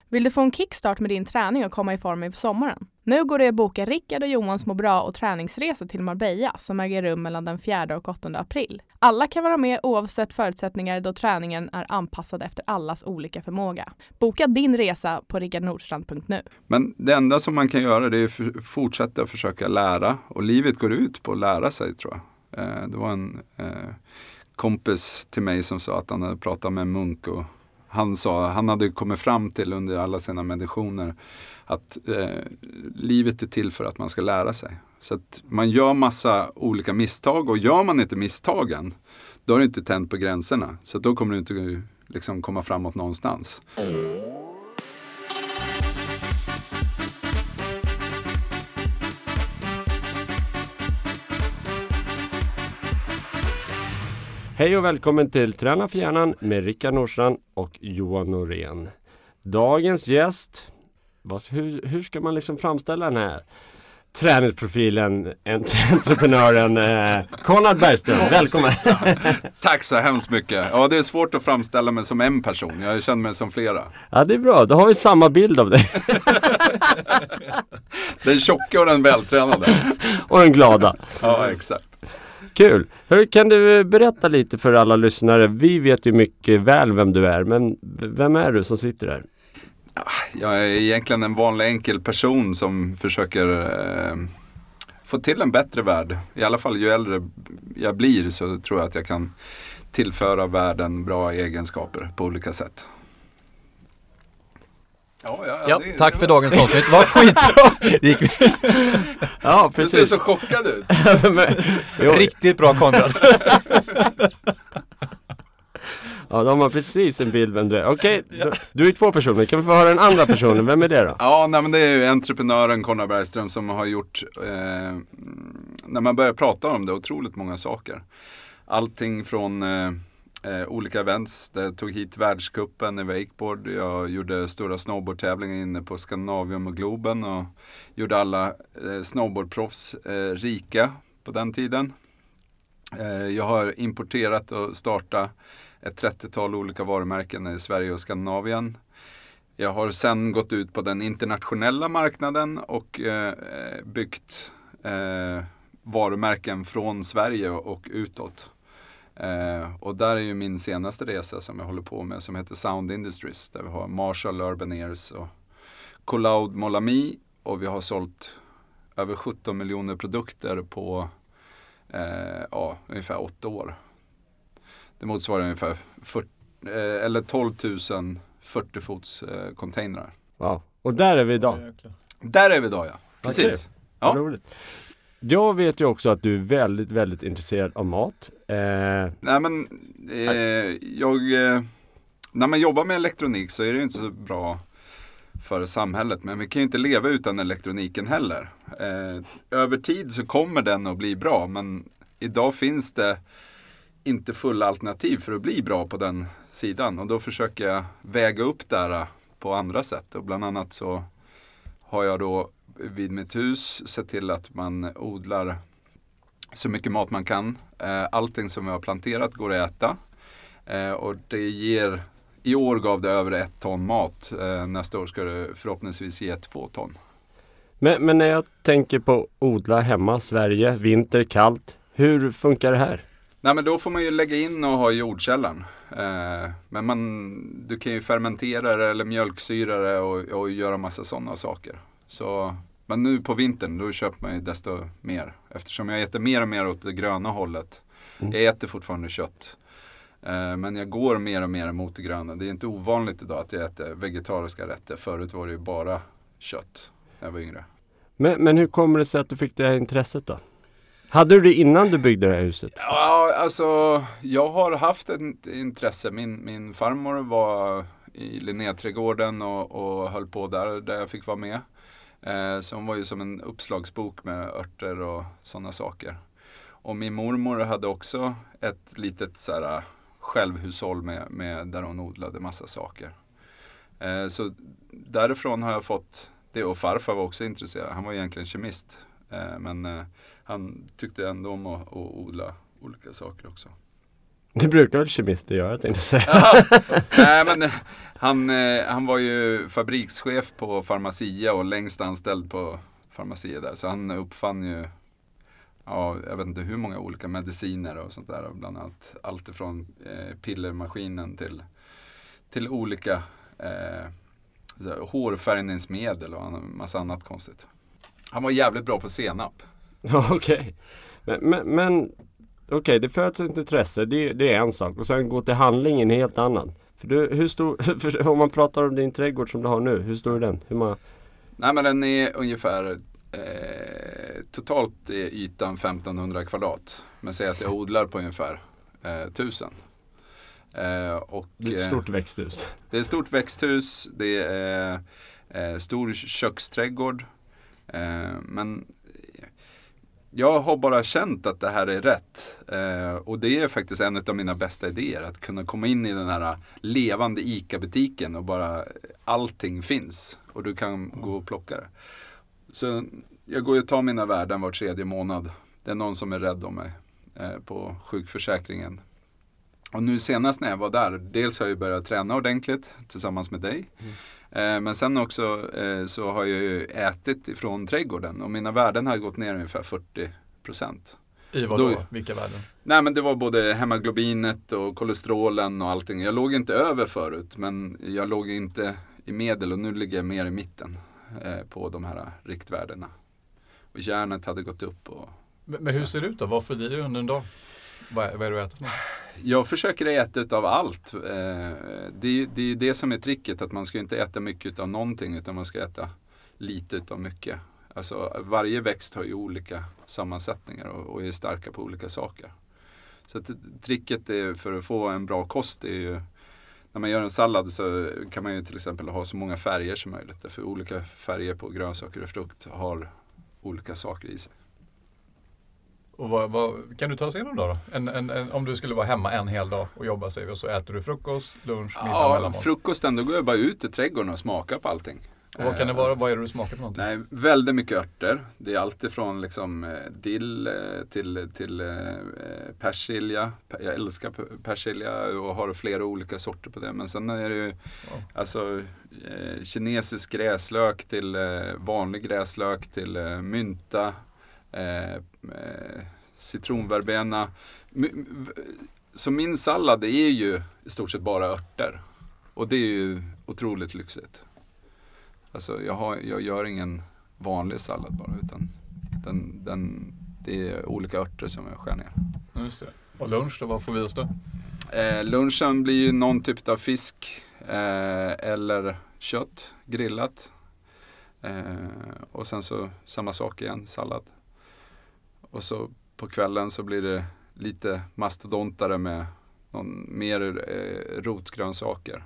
Vill du få en kickstart med din träning och komma i form inför sommaren? Nu går det att boka Rickard och Johans må bra och träningsresa till Marbella som äger rum mellan den 4 och 8 april. Alla kan vara med oavsett förutsättningar då träningen är anpassad efter allas olika förmåga. Boka din resa på rickardnordstrand.nu. Men det enda som man kan göra det är att fortsätta försöka lära. Och livet går ut på att lära sig, tror jag. Det var en kompis till mig som sa att han hade pratat med en munk och han hade kommit fram till under alla sina meditationer att livet är till för att man ska lära sig. Så att man gör massa olika misstag och gör man inte misstagen då har du inte tänt på gränserna. Så då kommer du inte liksom komma framåt någonstans. Hej och välkommen till Träna för hjärnan med Rickard Nordstrand och Johan Norén. Dagens gäst, hur ska man liksom framställa den här träningsprofilen, entreprenören Konrad Bergström? Välkommen! Tack så hemskt mycket. Ja, det är svårt att framställa mig som en person. Jag känner mig som flera. Ja, det är bra. Då har vi samma bild av dig. Den tjocka och den vältränade. Och den glada. Ja, exakt. Kul. Kan du berätta lite för alla lyssnare? Vi vet ju mycket väl vem du är, men vem är du som sitter där? Jag är egentligen en vanlig enkel person som försöker få till en bättre värld. I alla fall ju äldre jag blir så tror jag att jag kan tillföra världen bra egenskaper på olika sätt. Tack för dagens avsnitt. Vad skitbra. Ja, precis. Du ser så chockad ut. Riktigt bra, Konrad. Ja, de har precis en bild vem du är. Okej, du är 2 personer. Kan vi få höra den andra personen? Vem är det då? Ja, men det är ju entreprenören Konrad Bergström som har gjort, när man börjar prata om det, otroligt många saker. Allting från olika events. Jag tog hit världscupen i wakeboard. Jag gjorde stora snowboardtävlingar inne på Skandinavium och Globen och gjorde alla snowboardproffs rika på den tiden. Jag har importerat och startat ett 30-tal olika varumärken i Sverige och Skandinavien. Jag har sen gått ut på den internationella marknaden och byggt varumärken från Sverige och utåt. Och där är ju min senaste resa som jag håller på med som heter Sound Industries. Där vi har Marshall Urban Ears och Coloud Molami. Och vi har sålt över 17 miljoner produkter på ungefär 8 år. Det motsvarar ungefär 12 000 40-fots containrar. Wow. Och där är vi idag. Där är vi idag, ja. Precis. Okay. Ja. Roligt. Jag vet ju också att du är väldigt, väldigt intresserad av mat. Nej, men när man jobbar med elektronik så är det ju inte så bra för samhället. Men vi kan ju inte leva utan elektroniken heller. Över tid så kommer den att bli bra. Men idag finns det inte fulla alternativ för att bli bra på den sidan. Och då försöker jag väga upp där på andra sätt. Och bland annat så har jag då vid mitt hus sett till att man odlar så mycket mat man kan. Allting som vi har planterat går att äta. Och det ger, i år gav det över 1 ton mat. Nästa år ska det förhoppningsvis ge 2 ton. Men när jag tänker på odla hemma, Sverige, vinter, kallt. Hur funkar det här? Nej, men då får man ju lägga in och ha i jordkällan. Men du kan ju fermentera det eller mjölksyra det och göra massa sådana saker. Men nu på vintern då köper man ju desto mer. Eftersom jag äter mer och mer åt det gröna hållet. Jag äter fortfarande kött. Men jag går mer och mer mot det gröna. Det är inte ovanligt idag att jag äter vegetariska rätter. Förut var det ju bara kött när jag var yngre. Men hur kommer det sig att du fick det här intresset då? Hade du det innan du byggde det här huset? Ja, alltså jag har haft ett intresse. Min farmor var i Linnéträdgården och höll på där jag fick vara med. Så hon var ju som en uppslagsbok med örter och sådana saker. Och min mormor hade också ett litet så här, självhushåll med där hon odlade massa saker. Så därifrån har jag fått det, och farfar var också intresserad. Han var egentligen kemist. Men han tyckte ändå om att odla olika saker också. Det brukar väl kemister göra, jag tänkte säga. Nej, men han var ju fabrikschef på Pharmacia och längst anställd på Pharmacia där. Så han uppfann ju, jag vet inte hur många olika mediciner och sånt där. Bland annat allt ifrån pillermaskinen till olika hårfärgningsmedel och en massa annat konstigt. Han var jävligt bra på senap. Okej. Men okej, det föds ett intresse, det är en sak. Och sen gå till handling en helt annan. Hur stor, om man pratar om din trädgård som du har nu, hur stor är den? Nej, men den är ungefär totalt är ytan 1500 kvadrat. Men säg att jag odlar på ungefär 1000. Och, det är ett stort växthus. Det är ett stort växthus, det är stor köksträdgård. Men jag har bara känt att det här är rätt. Och det är faktiskt en av mina bästa idéer. Att kunna komma in i den här levande ICA-butiken och bara allting finns. Och du kan gå och plocka det. Så jag går och tar mina värden var 3:e månad. Det är någon som är rädd om mig på sjukförsäkringen. Och nu senast när jag var där, dels har jag börjat träna ordentligt tillsammans med dig. Men sen också så har jag ju ätit ifrån trädgården och mina värden har gått ner ungefär 40%. I vad då? Vilka värden? Nej, men det var både hemoglobinet och kolesterolen och allting. Jag låg inte över förut, men jag låg inte i medel och nu ligger jag mer i mitten på de här riktvärdena. Och järnet hade gått upp. Men hur ser det ut då? Vad får du under en dag? Vad är du äter för något? Jag försöker äta utav allt. Det är det som är tricket, att man ska inte äta mycket utav någonting utan man ska äta lite utav mycket. Alltså varje växt har ju olika sammansättningar och är starka på olika saker. Så att tricket är för att få en bra kost är ju, när man gör en sallad så kan man ju till exempel ha så många färger som möjligt. För olika färger på grönsaker och frukt har olika saker i sig. Och kan du ta oss igenom då? Om du skulle vara hemma en hel dag och jobba sig och så äter du frukost, lunch, middag, mellanmål. Frukosten, då går jag bara ut i trädgården och smakar på allting. Och vad kan det vara? Vad är det du smakar på någonting? Nej, väldigt mycket örter. Det är alltid från liksom dill till persilja. Jag älskar persilja och har flera olika sorter på det. Men sen är det ju alltså kinesisk gräslök till vanlig gräslök till mynta. Citronverbena. Så min sallad är ju i stort sett bara örter. Och det är ju otroligt lyxigt. Alltså jag gör ingen vanlig sallad bara, utan det är olika örter som jag skär ner. Just det. Och lunch då, vad får vi oss då? Lunchen blir ju någon typ av fisk eller kött grillat. Och sen så samma sak igen, sallad. Och så på kvällen så blir det lite mastodontare med mer rotgrönsaker.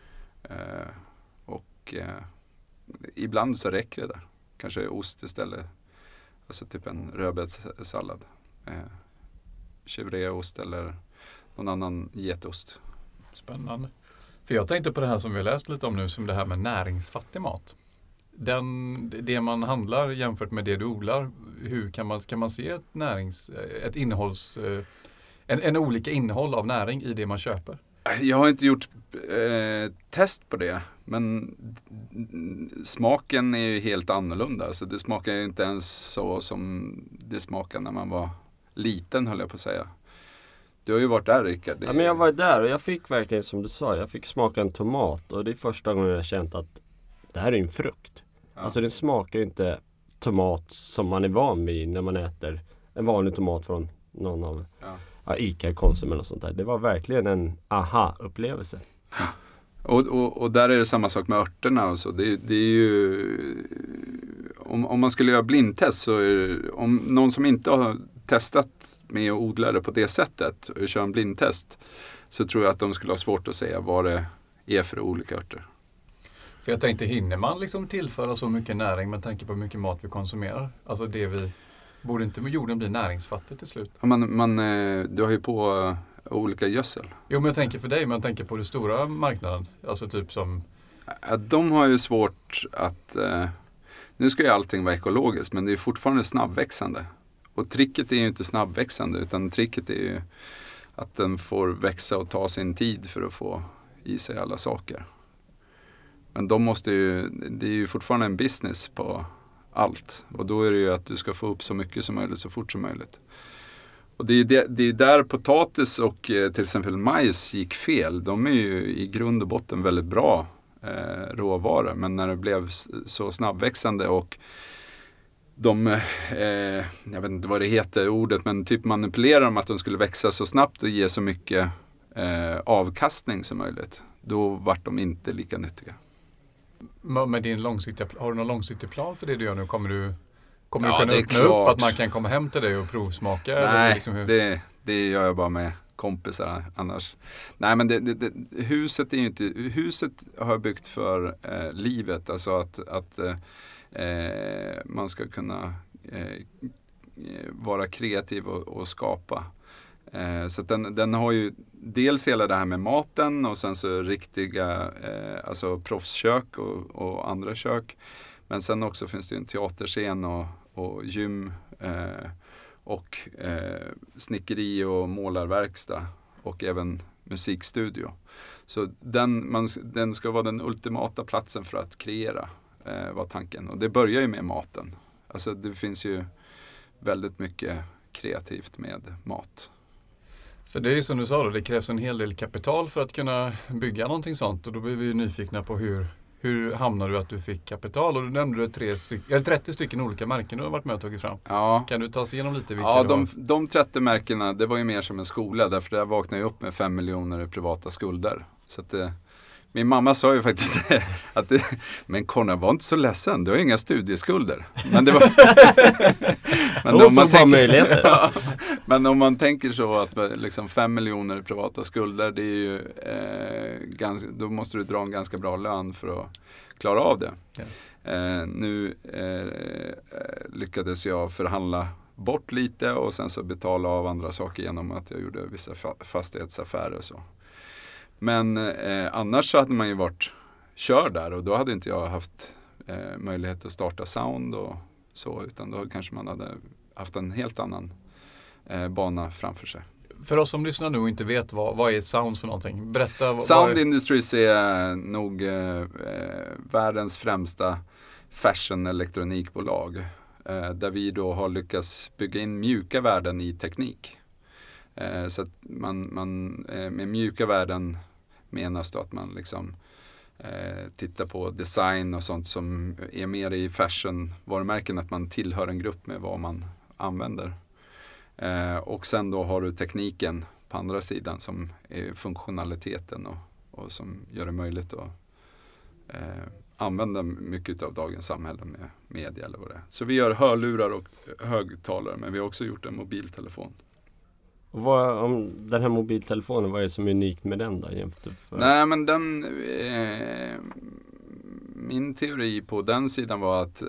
Ibland så räcker det där. Kanske ost istället. Alltså typ en rödbetssallad. Chèvreost eller någon annan getost. Spännande. För jag tänkte på det här som vi har läst lite om nu, som det här med näringsfattig mat. Det man handlar jämfört med det du odlar, hur kan man se ett innehålls en olika innehåll av näring i det man köper? Jag har inte gjort test på det, men smaken är ju helt annorlunda. Så det smakar ju inte ens så som det smakade när man var liten, höll jag på att säga. Du har ju varit där, Rickard. Ja, men jag var där och jag fick verkligen, som du sa, jag fick smaka en tomat. Och det är första gången jag känt att det här är en frukt. Ja. Alltså det smakar inte tomat som man är van vid när man äter en vanlig tomat från någon av ICA, Konsum eller sånt där. Det var verkligen en aha-upplevelse. Ja. Och där är det samma sak med örterna och så. Det är ju, om man skulle göra blindtest så är det, om någon som inte har testat med att odla det på det sättet och köra en blindtest, så tror jag att de skulle ha svårt att säga vad det är för olika örter. För jag tänkte, hinner man liksom tillföra så mycket näring med tanke på hur mycket mat vi konsumerar? Alltså borde inte jorden bli näringsfattig till slut? Ja, du har ju på olika gödsel. Jo, men jag tänker för dig, men jag tänker på den stora marknaden. Alltså typ som... Ja, de har ju svårt att... nu ska ju allting vara ekologiskt, men det är fortfarande snabbväxande. Och tricket är ju inte snabbväxande, utan tricket är ju att den får växa och ta sin tid för att få i sig alla saker. Men det är ju fortfarande en business på allt. Och då är det ju att du ska få upp så mycket som möjligt så fort som möjligt. Och det är där potatis och till exempel majs gick fel. De är ju i grund och botten väldigt bra råvaror. Men när det blev så snabbväxande och jag vet inte vad det heter ordet, men typ manipulerar dem att de skulle växa så snabbt och ge så mycket avkastning som möjligt. Då vart de inte lika nyttiga. Med din har du någon långsiktig plan för det du gör nu? Kommer du kunna det är öppna upp klart. att man kan komma hem till dig och provsmaka? Nej, eller liksom hur? det gör jag bara med kompisar annars. Nej, men huset är ju inte... Huset har jag byggt för livet. Alltså att man ska kunna vara kreativ och skapa. Så att den har ju dels hela det här med maten och sen så riktiga alltså proffskök och andra kök. Men sen också finns det ju en teaterscen och gym och snickeri och målarverkstad och även musikstudio. Så den ska vara den ultimata platsen för att kreera, var tanken. Och det börjar ju med maten. Alltså det finns ju väldigt mycket kreativt med mat. För det är ju som du sa då, det krävs en hel del kapital för att kunna bygga någonting sånt. Och då blir vi ju nyfikna på hur hamnar du att du fick kapital? Och du nämnde 30 stycken olika märken du har varit med och tagit fram. Ja. Kan du ta oss igenom lite vilka de 30 märkena, det var ju mer som en skola. Därför där vaknade jag upp med 5 miljoner i privata skulder. Så att min mamma sa ju faktiskt att men Konrad, var inte så ledsen, du har inga studieskulder. Men det var men om man tänker så att liksom 5 miljoner i privata skulder, det är ju då måste du dra en ganska bra lön för att klara av det. Ja. Nu lyckades jag förhandla bort lite och sen så betala av andra saker genom att jag gjorde vissa fastighetsaffärer och så. Men annars så hade man ju varit körd där och då hade inte jag haft möjlighet att starta sound och så, utan då kanske man hade haft en helt annan bana framför sig. För oss som lyssnar nu och inte vet vad är Sounds för någonting, berätta. Sound Industries är nog världens främsta fashion-elektronikbolag där vi då har lyckats bygga in mjuka värden i teknik. Så att man med mjuka värden menas då att man liksom tittar på design och sånt som är mer i fashion-varumärken, att man tillhör en grupp med vad man använder. Och sen då har du tekniken på andra sidan som är funktionaliteten och som gör det möjligt att använda mycket av dagens samhälle med media eller vad det är. Så vi gör hörlurar och högtalare, men vi har också gjort en mobiltelefon. Och om den här mobiltelefonen, vad är det som är unikt med den då? Nej, men min teori på den sidan var att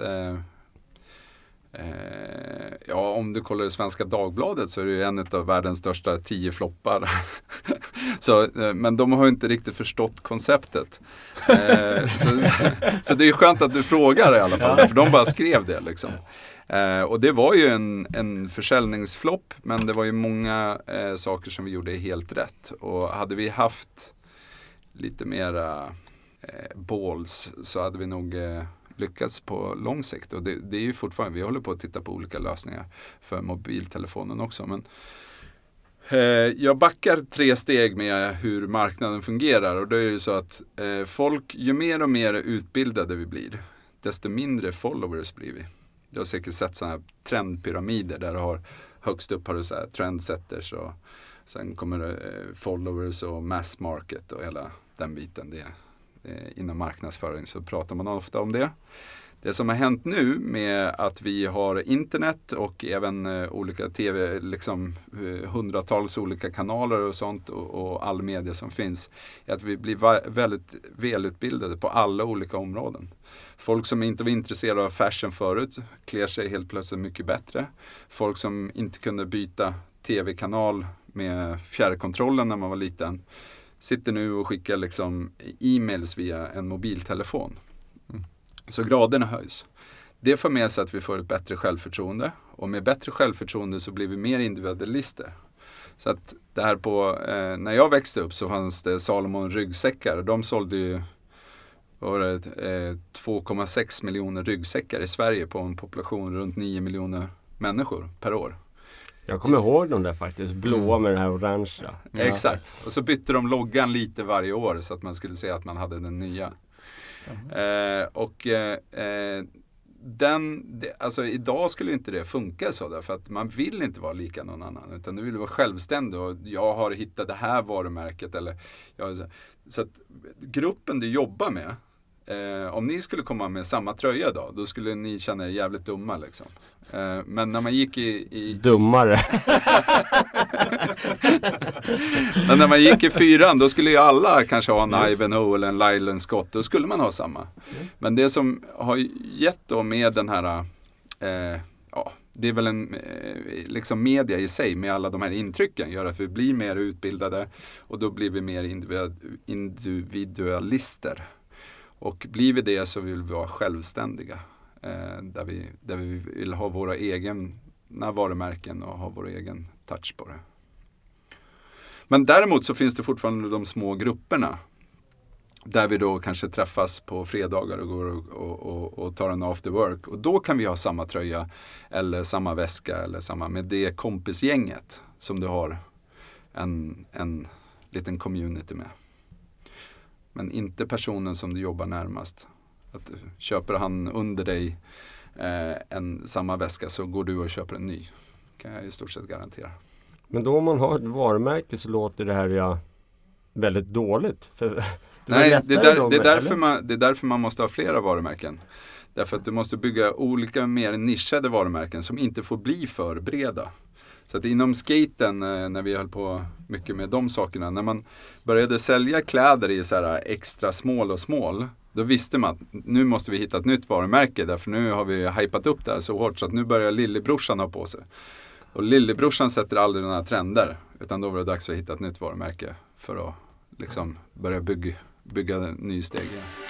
om du kollar i Svenska Dagbladet så är det ju en av världens största 10 floppar. Men de har inte riktigt förstått konceptet. Så det är ju skönt att du frågar i alla fall, för de bara skrev det liksom. Och det var ju en försäljningsflopp, men det var ju många saker som vi gjorde helt rätt. Och hade vi haft lite mera balls så hade vi nog lyckats på lång sikt. Och det är ju fortfarande, vi håller på att titta på olika lösningar för mobiltelefonen också. Men jag backar 3 steg med hur marknaden fungerar. Och det är ju så att folk, ju mer och mer utbildade vi blir, desto mindre followers blir vi. Du har säkert sett sådana här trendpyramider där du har högst upp har du så här trendsetters och sen kommer det followers och mass market och hela den biten. Inom marknadsföring så pratar man ofta om det. Det som har hänt nu med att vi har internet och även olika tv, liksom hundratals olika kanaler och sånt och all media som finns, är att vi blir väldigt välutbildade på alla olika områden. Folk som inte var intresserade av fashion förut klär sig helt plötsligt mycket bättre. Folk som inte kunde byta tv-kanal med fjärrkontrollen när man var liten sitter nu och skickar liksom e-mails via en mobiltelefon. Så graderna höjs. Det får med sig att vi får ett bättre självförtroende. Och med bättre självförtroende så blir vi mer individualister. Så att det här när jag växte upp så fanns det Salomon ryggsäckar. De sålde ju 2,6 miljoner ryggsäckar i Sverige på en population runt 9 miljoner människor per år. Jag kommer ihåg dem där faktiskt, blåa med det här orangea. Ja. Exakt, och så bytte de loggan lite varje år så att man skulle se att man hade den nya. Alltså idag skulle inte det funka så där, för att man vill inte vara lika någon annan, utan du vill vara självständig och jag har hittat det här varumärket så att gruppen du jobbar med, om ni skulle komma med samma tröja då skulle ni känna er jävligt dumma liksom. Men när man gick Dummare. Men när man gick i 4:an då skulle ju alla kanske ha en Ivanhoe eller en Leyland Scott. Då skulle man ha samma. Men det som har gett då med den här det är väl en liksom media i sig med alla de här intrycken gör att vi blir mer utbildade och då blir vi mer individualister. Och blir vi det så vill vi vara självständiga. Där vi vill ha våra egna varumärken och ha vår egen touch på det. Men däremot så finns det fortfarande de små grupperna där vi då kanske träffas på fredagar och går och tar en after work. Och då kan vi ha samma tröja eller samma väska eller samma med det kompisgänget som du har en liten community med. Men inte personen som du jobbar närmast. Att köper han under dig samma väska så går du och köper en ny. Kan jag i stort sett garantera. Men då om man har ett varumärke så låter det här väldigt dåligt. Nej, det är därför man måste ha flera varumärken. Därför att du måste bygga olika mer nischade varumärken som inte får bli för breda. Så att inom skaten, när vi höll på mycket med de sakerna, när man började sälja kläder i så här extra small, då visste man att nu måste vi hitta ett nytt varumärke, därför nu har vi hypat upp det här så hårt så att nu börjar lillebrorsan ha på sig. Och lillebrorsan sätter aldrig några trender, utan då var det dags att hitta ett nytt varumärke för att liksom börja bygga ny steg.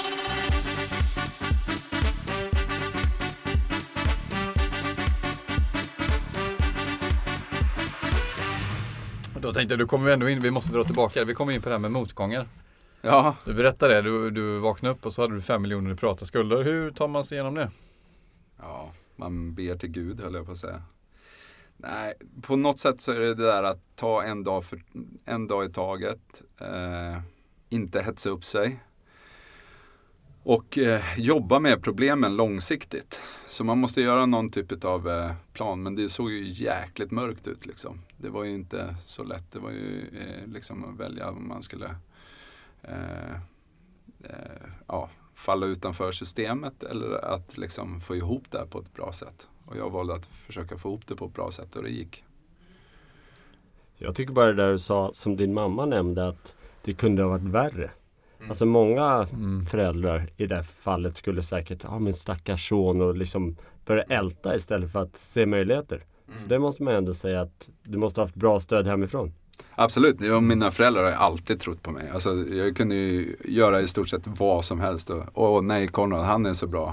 Då tänkte jag, du kommer ändå in, vi måste dra tillbaka, vi kommer in på det här med motgångar. Ja. Du berättade det, du vaknade upp och så hade du 5 miljoner i prata skulder. Hur tar man sig igenom det? Ja, man ber till Gud, höll jag på att säga. Nej, på något sätt så är det där att ta en dag i taget, inte hetsa upp sig och jobba med problemen långsiktigt. Så man måste göra någon typ av plan, men det såg ju jäkligt mörkt ut liksom. Det var ju inte så lätt, det var ju liksom att välja om man skulle falla utanför systemet eller att liksom få ihop det på ett bra sätt. Och jag valde att försöka få ihop det på ett bra sätt och det gick. Jag tycker bara det där du sa, som din mamma nämnde, att det kunde ha varit värre. Alltså många föräldrar i det här fallet skulle säkert min stackars son och liksom börja älta istället för att se möjligheter. Så det måste man ändå säga att du måste ha haft bra stöd hemifrån. Absolut, mina föräldrar har alltid trott på mig. Alltså, jag kunde ju göra i stort sett vad som helst. Nej, Konrad, han är så bra.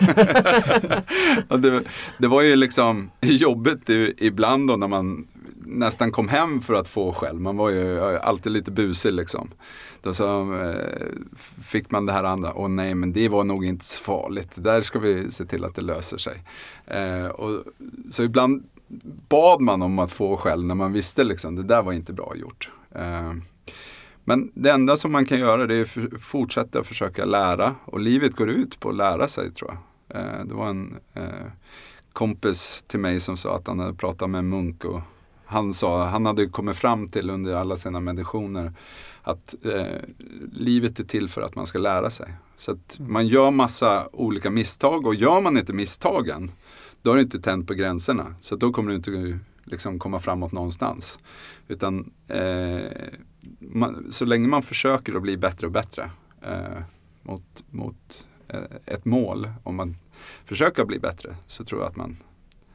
Det var ju liksom jobbigt ibland då när man nästan kom hem för att få själv. Man var ju alltid lite busig liksom. Då så fick man det här andra. Nej, men det var nog inte så farligt. Där ska vi se till att det löser sig. Så ibland bad man om att få själv när man visste liksom, det där var inte bra gjort. Men det enda som man kan göra det är att fortsätta försöka lära. Och livet går ut på att lära sig, tror jag. Det var en kompis till mig som sa att han hade pratat med en munk och han hade kommit fram till under alla sina meditationer att livet är till för att man ska lära sig. Så att man gör massa olika misstag och gör man inte misstagen då har du inte tänt på gränserna. Så då kommer du inte liksom komma framåt någonstans. Utan så länge man försöker att bli bättre och bättre mot ett mål, om man försöker bli bättre, så tror jag att man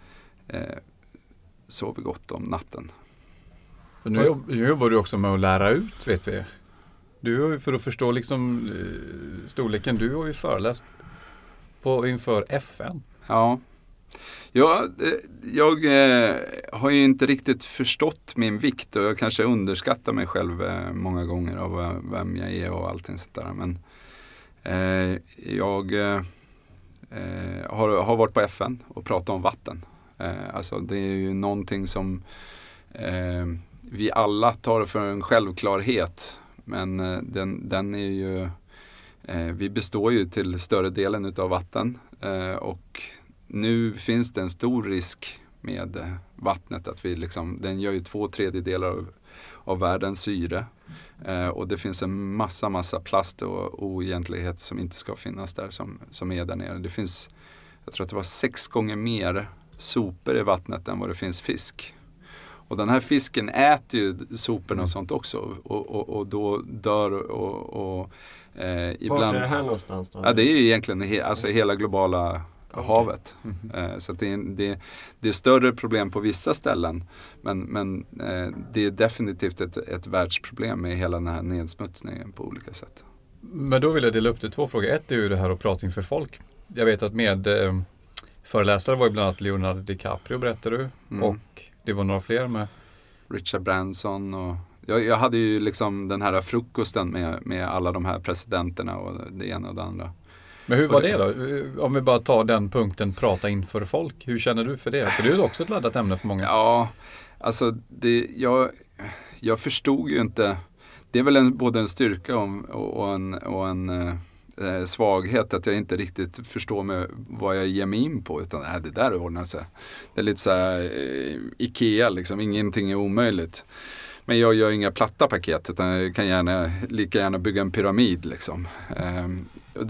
sover gott om natten. För nu jobbar du också med att lära ut, vet vi. Du, för att förstå liksom storleken, du har ju föreläst inför FN. Ja. Jag har ju inte riktigt förstått min vikt och jag kanske underskattar mig själv många gånger av vem jag är och allting sånt där. Men jag har varit på FN och pratat om vatten. Alltså det är ju någonting som vi alla tar för en självklarhet. Men den är ju, vi består ju till större delen utav vatten och nu finns det en stor risk med vattnet att vi liksom, den gör ju 2/3 av världens syre och det finns en massa plast och oegentligheter som inte ska finnas där som är där nere. Det finns, jag tror att det var 6 gånger mer sopor i vattnet än vad det finns fisk. Och den här fisken äter ju soporna och sånt också och då dör och ibland... Var är det här någonstans då? Ja, det är ju egentligen hela globala havet. Så att det är större problem på vissa ställen men det är definitivt ett världsproblem med hela den här nedsmutsningen på olika sätt. Men då vill jag dela upp det i 2 frågor. Ett är ju det här att prata inför folk. Jag vet att med föreläsare var ju bland annat Leonardo DiCaprio, berättade du. Och det var några fler med. Richard Branson och jag hade ju liksom den här frukosten med alla de här presidenterna och det ena och det andra. Men hur var det då? Om vi bara tar den punkten, prata inför folk. Hur känner du för det? För det är ju också ett laddat ämne för många. Ja, alltså jag förstod ju inte. Det är väl både en styrka och en svaghet att jag inte riktigt förstår vad jag ger mig in på. Utan det där ordnar sig. Det är lite så här Ikea liksom, ingenting är omöjligt. Men jag gör inga platta paket utan jag kan lika gärna bygga en pyramid liksom. Och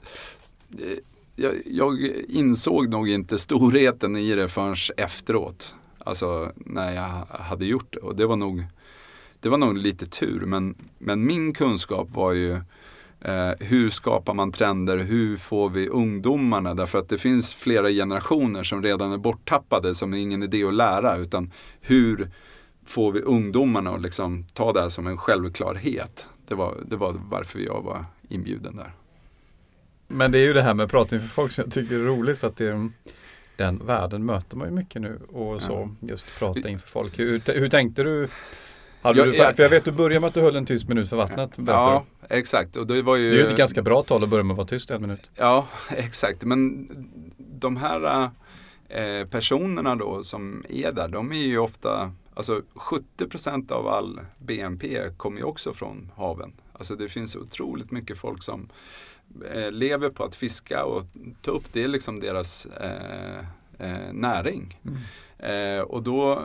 jag insåg nog inte storheten i det förrän efteråt. Alltså när jag hade gjort det. Och det var nog lite tur. Men min kunskap var ju hur skapar man trender? Hur får vi ungdomarna? Därför att det finns flera generationer som redan är borttappade som är ingen idé att lära. Utan hur får vi ungdomarna att liksom ta det här som en självklarhet? Det var varför jag var inbjuden där. Men det är ju det här med att prata inför folk som jag tycker är roligt för att den världen möter man ju mycket nu och så just prata inför folk. Hur tänkte du? För jag vet du började med att du höll en tyst minut för vattnet. Ja, exakt. Och det var ju... Det är ju ett ganska bra tal att börja med att vara tyst 1 minut. Ja, exakt. Men de här personerna då som är där, de är ju ofta... Alltså 70% av all BNP kommer ju också från haven. Alltså det finns otroligt mycket folk som lever på att fiska och ta upp, det är liksom deras näring. Och då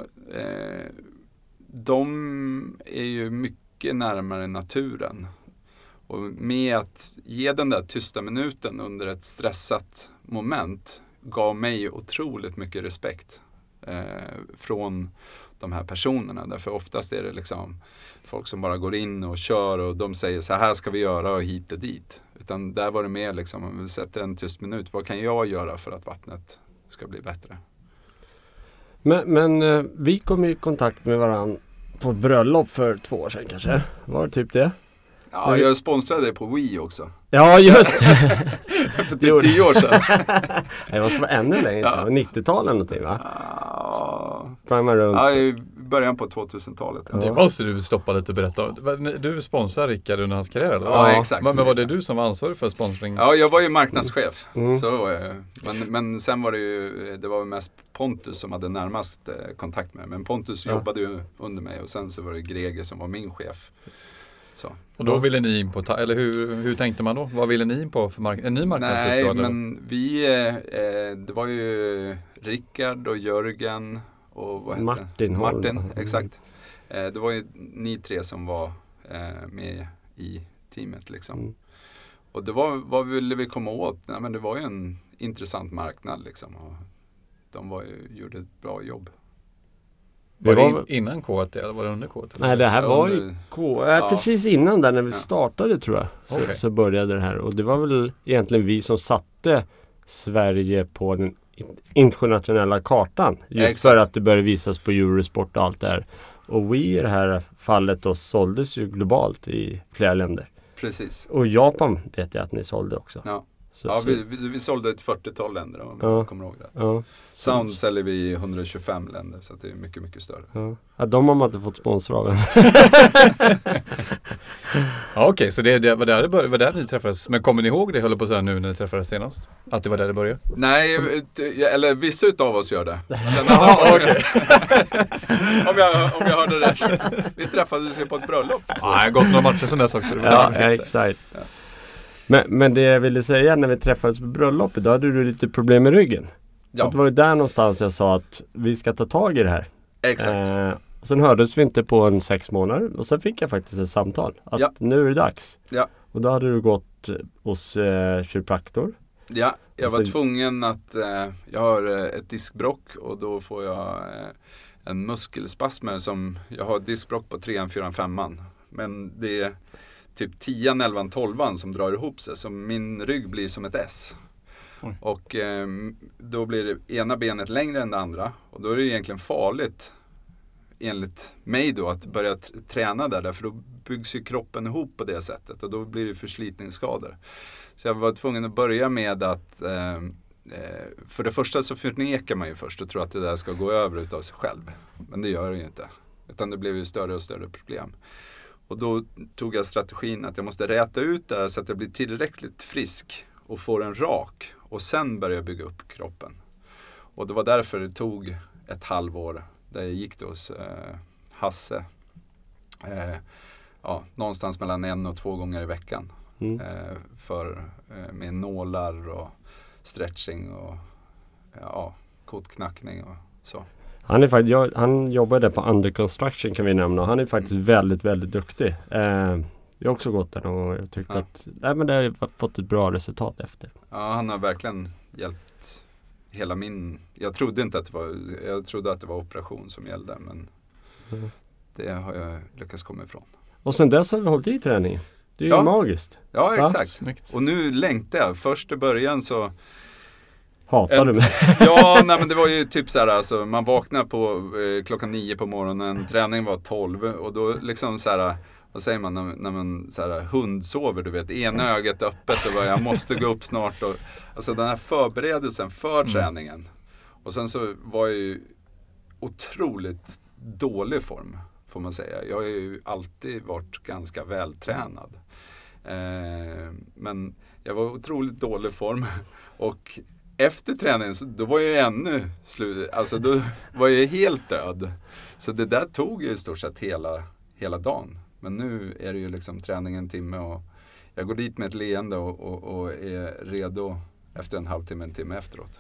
de är ju mycket närmare naturen. Och med att ge den där tysta minuten under ett stressat moment gav mig otroligt mycket respekt från de här personerna. Därför oftast är det liksom folk som bara går in och kör och de säger så här ska vi göra och hit och dit. Utan där var det mer liksom, om vi sätter en tyst minut, vad kan jag göra för att vattnet ska bli bättre? Men vi kom i kontakt med varandra på ett bröllop för 2 år sedan kanske. Var det typ det? Ja, jag sponsrade det på Wii också. Ja, just det. För typ 10 år sedan. Det måste vara ännu längre sedan. 90-talet någonting va? Ja, i början på 2000-talet. Ja. Det måste du stoppa lite och berätta. Du sponsrar Rickard under hans karriär eller? Ja, exakt. Men var det du som var ansvarig för sponsring? Ja, jag var ju marknadschef. Så var jag. Men sen var det var mest Pontus som hade närmast kontakt med. Men Pontus jobbade ju under mig och sen så var det Greger som var min chef. Så. Och då ville ni in på, eller hur tänkte man då? Vad ville ni in på för en ny marknadsuppdrag? Nej, men det var ju Rickard och Jörgen och vad hette Martin, exakt. Det var ju ni 3 som var med i teamet liksom. Och det var, vad ville vi komma åt? Nej, men det var ju en intressant marknad liksom. Och de gjorde ett bra jobb. Var det innan K1 eller var det under K1? Nej, det här var ju precis innan där när vi startade tror jag. Så började det här. Och det var väl egentligen vi som satte Sverige på den internationella kartan. Just för att det började visas på Eurosport och allt det här. Och Wii i det här fallet då såldes ju globalt i flera länder. Precis. Och Japan vet jag att ni sålde också. Ja. Ja, vi sålde ett 40-tal länder om jag kommer ihåg det. Ja. Sound säljer vi i 125 länder så att det är mycket, mycket större. Ja, de har man inte fått sponsra av än. Ja, okej, så det var där ni träffades. Men kommer ni ihåg det, höll på så här nu när ni träffades senast? Att det var där det började? Nej, eller vissa utav oss gör det. Om jag hörde rätt. Vi träffades ju på ett bröllop. Ja, jag har gått några matcher sedan dess också. Ja, exakt. Ja. Men det jag ville säga när vi träffades på bröllopet, då hade du lite problem med ryggen. Ja. Det var ju där någonstans jag sa att vi ska ta tag i det här. Exakt. Och sen hördes vi inte på 6 månader och sen fick jag faktiskt ett samtal att nu är det dags. Ja. Och då hade du gått hos kiropraktor. Ja, jag var tvungen att jag har ett diskbråck och då får jag en muskelspasmer som jag har diskbråck på 3, 4, 5. Men det är typ 10, 11, 12 som drar ihop sig. Så min rygg blir som ett S. Oj. Och då blir det ena benet längre än det andra. Och då är det egentligen farligt enligt mig då att börja träna där. För då byggs ju kroppen ihop på det sättet. Och då blir det förslitningsskador. Så jag var tvungen att börja med att för det första så förnekar man ju först och tror att det där ska gå över utav sig själv. Men det gör det ju inte. Utan det blev ju större och större problem. Och då tog jag strategin att jag måste räta ut det här så att jag blir tillräckligt frisk och får den rak. Och sen börjar jag bygga upp kroppen. Och det var därför det tog ett halvår där jag gick då hos Hasse. Någonstans mellan 1 och 2 gånger i veckan. Med nålar och stretching och kotknackning och så. Han jobbade på Under Construction kan vi nämna. Han är faktiskt väldigt, väldigt duktig. Jag har också gått där och jag tyckte att det har fått ett bra resultat efter. Ja, han har verkligen hjälpt hela jag trodde att det var operation som gällde, men det har jag lyckats komma ifrån. Och sen dess har vi hållit i träningen. Det är ju magiskt. Ja, exakt. Snyggt. Och nu längtar jag. Först i början så hatar du mig? Ja, nej, men det var ju typ så här, alltså, man vaknar på klockan 9 på morgonen, träningen var 12 och då liksom så här, vad säger man när man så här, hundsover, du vet, ena ögat öppet och bara, jag måste gå upp snart och, alltså den här förberedelsen för träningen. Och sen så var jag ju otroligt dålig form, får man säga. Jag har ju alltid varit ganska vältränad. Men jag var otroligt dålig form och efter träningen så då var jag ännu alltså då var jag helt död. Så det där tog ju i stort sett hela dagen. Men nu är det ju liksom träning 1 timme och jag går dit med ett leende och är redo efter 1 halvtimme, 1 timme efteråt.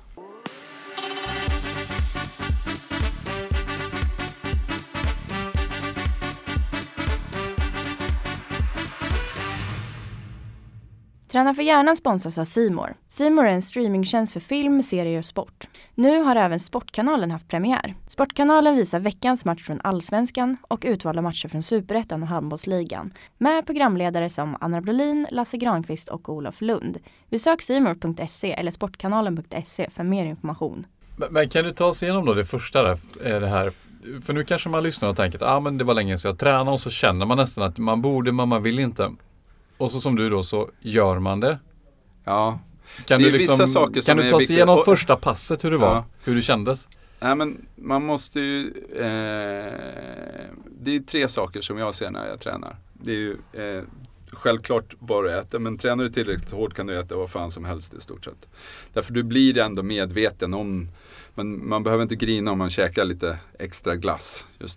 Träna för hjärnan sponsras av C More. C More är en streamingtjänst för film, serier och sport. Nu har även Sportkanalen haft premiär. Sportkanalen visar veckans match från Allsvenskan och utvalda matcher från Superettan och Handbollsligan. Med programledare som Anna Brolin, Lasse Granqvist och Olof Lund. Besök cmore.se eller sportkanalen.se för mer information. Men kan du ta oss igenom då det första där, det här? För nu kanske man lyssnar och tänker att men det var länge sedan jag tränade och så känner man nästan att man borde men man vill inte. Och så som du då så gör man det. Ja. Kan du vissa saker som kan du ta oss igenom första passet hur det var? Hur det kändes? Nej, men man måste ju det är 3 saker som jag ser när jag tränar. Det är ju självklart vad du äter, men tränar du tillräckligt hårt kan du äta vad fan som helst i stort sett. Därför du blir ändå medveten om, men man behöver inte grina om man käkar lite extra glass just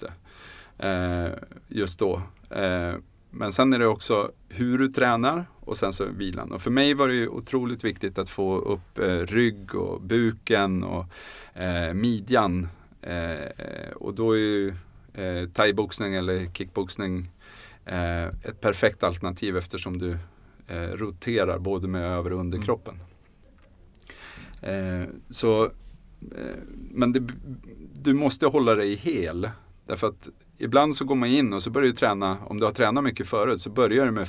då. Men sen är det också hur du tränar och sen så vilan. Och för mig var det ju otroligt viktigt att få upp rygg och buken och midjan. Och då är ju thaiboxning eller kickboxning ett perfekt alternativ eftersom du roterar både med över- och underkroppen. Men du måste hålla dig hel. Därför att ibland så går man in och så börjar du träna, om du har tränat mycket förut så börjar du med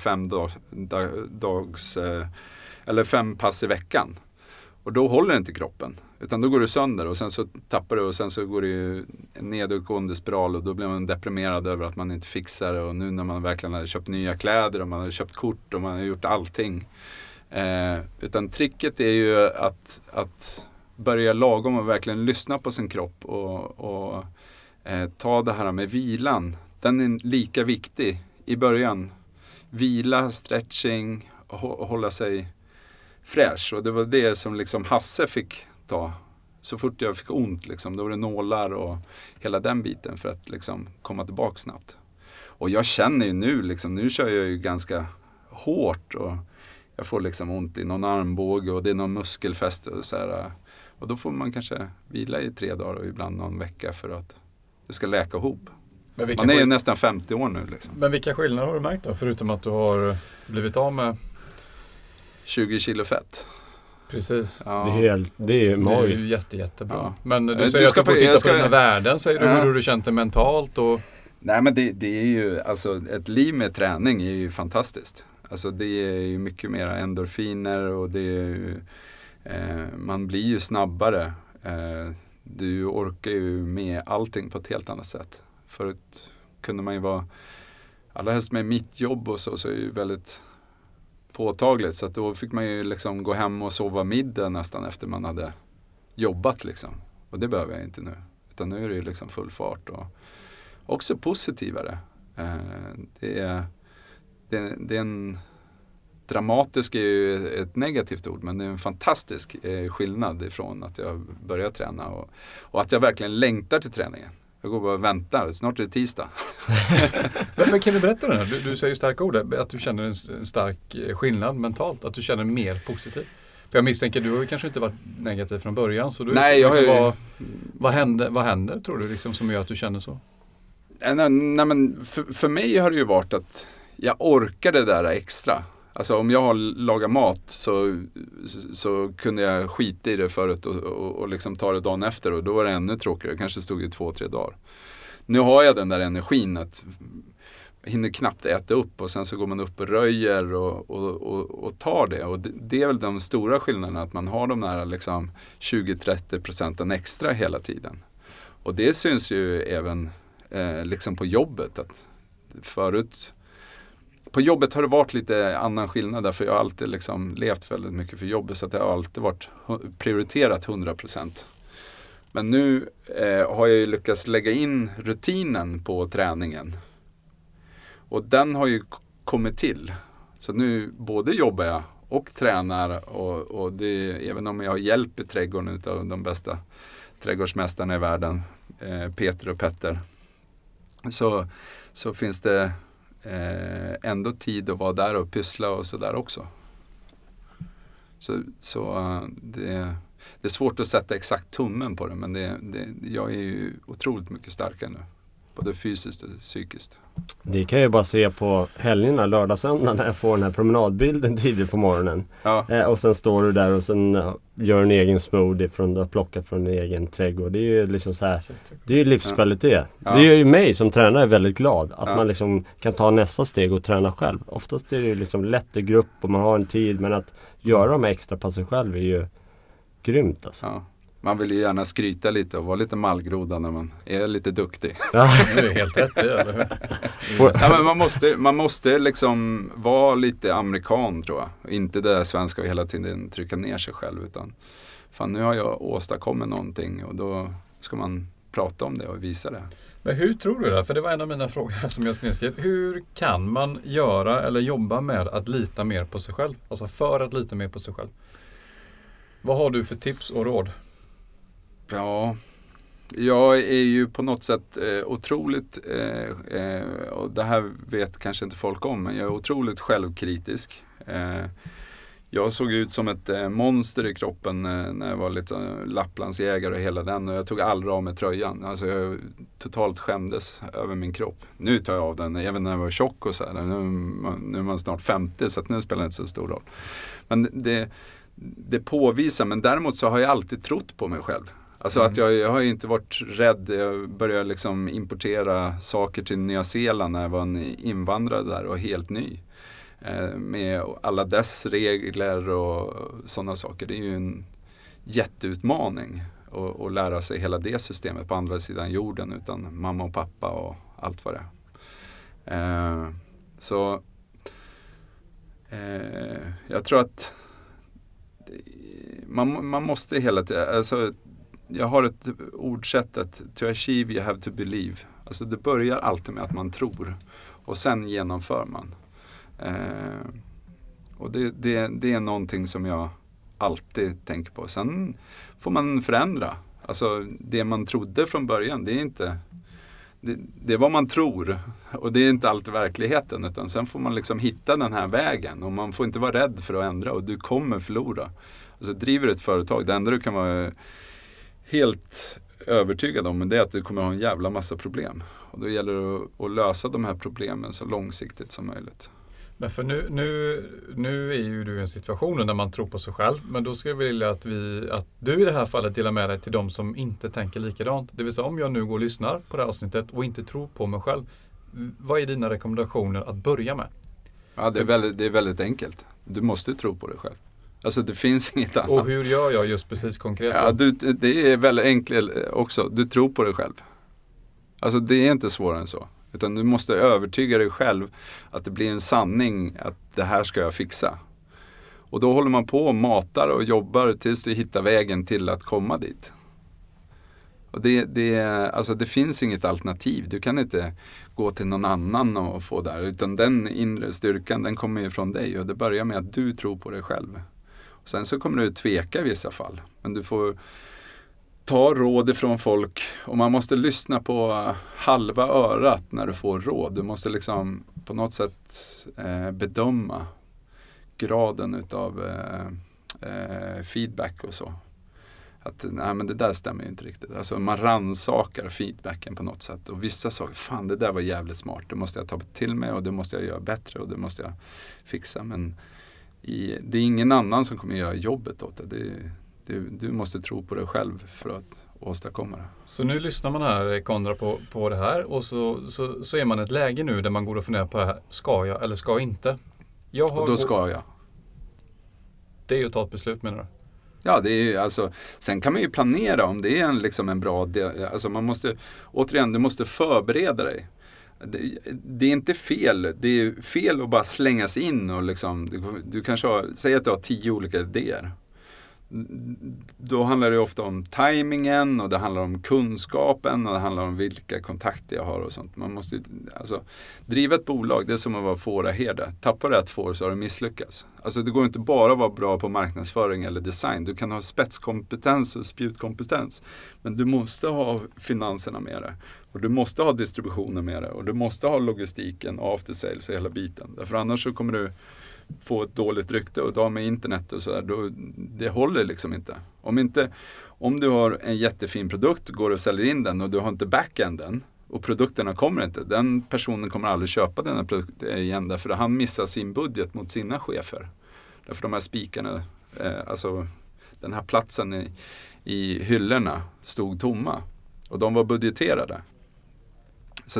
5 pass i veckan. Och då håller inte kroppen, utan då går du sönder och sen så tappar du och sen så går det ju en nedåtgående spiral och då blir man deprimerad över att man inte fixar det. Och nu när man verkligen har köpt nya kläder och man har köpt kort och man har gjort allting Utan tricket är ju att börja lagom och verkligen lyssna på sin kropp och ta det här med vilan. Den är lika viktig i början. Vila, stretching och hålla sig fräsch. Och det var det som liksom Hasse fick ta. Så fort jag fick ont liksom, då var det nålar och hela den biten för att liksom komma tillbaka snabbt. Och jag känner ju nu liksom, nu kör jag ju ganska hårt och jag får liksom ont i någon armbåge och det är någon muskelfäste och så här. Och då får man kanske vila i 3 dagar och ibland någon vecka för att det ska läka ihop. Man är ju nästan 50 år nu liksom. Men vilka skillnader har du märkt då? Förutom att du har blivit av med 20 kilo fett. Precis. Ja. Det är ju magiskt. Det är ju jättebra. Ja. Men du säger att du får titta på dina värden. Säger du hur du känt det mentalt? Och... Nej, men det är ju, alltså ett liv med träning är ju fantastiskt. Alltså det är ju mycket mer endorfiner och det är ju, man blir ju snabbare. Du orkar ju med allting på ett helt annat sätt. Förut kunde man ju vara, allra helst med mitt jobb och så är det ju väldigt påtagligt. Så att då fick man ju liksom gå hem och sova middag nästan efter man hade jobbat liksom. Och det behöver jag inte nu. Utan nu är det ju liksom full fart och också positivare. Det är en dramatisk är ju ett negativt ord, men det är en fantastisk skillnad ifrån att jag börjar träna och att jag verkligen längtar till träningen. Jag går bara och väntar, snart är det tisdag. Men kan du berätta det här? Du säger starka ord, att du känner en stark skillnad mentalt, att du känner mer positivt. För jag misstänker, du har ju kanske inte varit negativ från början. Så du, nej, jag liksom, har ju... vad händer tror du liksom, som gör att du känner så? Nej, men för mig har det ju varit att jag orkar det där extra. Alltså om jag har lagat mat så kunde jag skita i det förut och liksom ta det dagen efter och då var det ännu tråkigare. Jag kanske stod i 2-3 dagar. Nu har jag den där energin att jag hinner knappt äta upp och sen så går man upp och röjer och tar det. Och det är väl de stora skillnaderna, att man har de där liksom 20-30% extra hela tiden. Och det syns ju även liksom på jobbet. Att förut på jobbet har det varit lite annan skillnad därför jag har alltid liksom levt väldigt mycket för jobbet så att det har alltid varit prioriterat 100%. Men nu har jag ju lyckats lägga in rutinen på träningen. Och den har ju kommit till. Så nu både jobbar jag och tränar och det, även om jag har hjälp i trädgården av de bästa trädgårdsmästarna i världen, Peter och Petter, så finns det ändå tid att vara där och pyssla och sådär också. Så det är svårt att sätta exakt tummen på det, men jag är ju otroligt mycket starkare nu. Både fysiskt och psykiskt. Det kan jag bara se på helgerna, lördag, söndag, när jag får den här promenadbilden tidigt på morgonen. Ja. Och sen står du där och sen gör en egen smoothie från du har plockat från en egen trädgård. Det är ju liksom så här, det är ju livskvalitet. Ja. Det gör ju mig som tränare väldigt glad att man liksom kan ta nästa steg och träna själv. Oftast är det ju liksom lätt i grupp och man har en tid, men att göra de extra passen själv är ju grymt alltså. Ja. Man vill ju gärna skryta lite och vara lite mallgroda när man är lite duktig. Ja, det är helt rätt, eller hur? Ja, men man måste liksom vara lite amerikan, tror jag. Inte det svenska och hela tiden trycka ner sig själv. Utan fan, nu har jag åstadkommit någonting och då ska man prata om det och visa det. Men hur tror du det? För det var en av mina frågor som jag skrev. Hur kan man göra eller jobba med att lita mer på sig själv? Alltså för att lita mer på sig själv. Vad har du för tips och råd? Ja, jag är ju på något sätt otroligt, och det här vet kanske inte folk om, men jag är otroligt självkritisk. Jag såg ut som ett monster i kroppen när jag var lite Lapplandsjägare och hela den, och jag tog aldrig av med tröjan. Alltså jag totalt skämdes över min kropp. Nu tar jag av den, även när jag var tjock och så här. Nu är man snart 50 så att nu spelar det inte så stor roll. Men det påvisar, men däremot så har jag alltid trott på mig själv. Alltså att jag har inte varit rädd. Jag började liksom importera saker till Nya Zeeland när jag var en invandrare där och helt ny. Med alla dess regler och sådana saker. Det är ju en jätteutmaning att lära sig hela det systemet på andra sidan jorden utan mamma och pappa och allt vad det är. Så Jag tror att man måste hela tiden, alltså, jag har ett ordsätt att to achieve you have to believe. Alltså det börjar alltid med att man tror och sen genomför man. Och det är någonting som jag alltid tänker på. Sen får man förändra. Alltså det man trodde från början, det är inte... Det är vad man tror och det är inte alltid verkligheten, utan sen får man liksom hitta den här vägen och man får inte vara rädd för att ändra och du kommer förlora. Alltså driver ett företag, det enda du kan vara helt övertygad om det är att du kommer ha en jävla massa problem och då gäller det att lösa de här problemen så långsiktigt som möjligt. Men för nu är ju du i en situation där man tror på sig själv, men då skulle jag vilja att du i det här fallet delar med dig till de som inte tänker likadant. Det vill säga om jag nu går och lyssnar på det här avsnittet och inte tror på mig själv, vad är dina rekommendationer att börja med? Ja, det är väldigt enkelt. Du måste tro på dig själv. Alltså det finns inget annat. Och hur gör jag just precis konkret? Ja, det är väldigt enkelt också. Du tror på dig själv. Alltså det är inte svårare än så. Utan du måste övertyga dig själv att det blir en sanning att det här ska jag fixa. Och då håller man på och matar och jobbar tills du hittar vägen till att komma dit. Och det finns inget alternativ. Du kan inte gå till någon annan och få där. Utan den inre styrkan, den kommer ju från dig. Och det börjar med att du tror på dig själv. Och sen så kommer du tveka i vissa fall. Men du får ta råd ifrån folk. Och man måste lyssna på halva örat när du får råd. Du måste liksom på något sätt bedöma graden utav feedback och så. Att nej, men det där stämmer ju inte riktigt. Alltså man rannsakar feedbacken på något sätt. Och vissa saker, fan det där var jävligt smart. Det måste jag ta till mig och det måste jag göra bättre och det måste jag fixa. Men det är ingen annan som kommer göra jobbet åt det. Du måste tro på dig själv för att åstadkomma det. Så nu lyssnar man här, Konrad, på det här och så är man i ett läge nu där man går och funderar på det här. Ska jag eller ska jag inte? Och då ska jag. Det är ju att ta ett beslut, menar du? Ja, det är ju, alltså, sen kan man ju planera om det är liksom en bra alltså man måste, återigen, du måste förbereda dig. Det är inte fel, det är fel att bara slängas in och liksom, du kanske säger att du har 10 olika idéer. Då handlar det ofta om tajmingen och det handlar om kunskapen och det handlar om vilka kontakter jag har och sånt. Man måste alltså driva ett bolag, det är som att vara fåraherde. Tappar rätt får så har du misslyckats. Alltså det går inte bara att vara bra på marknadsföring eller design. Du kan ha spetskompetens och spjutkompetens. Men du måste ha finanserna med det. Och du måste ha distributionen med det. Och du måste ha logistiken, after sales och hela biten. Därför annars så kommer du få ett dåligt rykte och då med internet och sådär, det håller liksom inte. Om du har en jättefin produkt, går och säljer in den och du har inte backenden och produkterna kommer inte, den personen kommer aldrig köpa den här produkten igen därför att han missar sin budget mot sina chefer. Därför de här spikarna, alltså den här platsen i hyllorna stod tomma och de var budgeterade. Så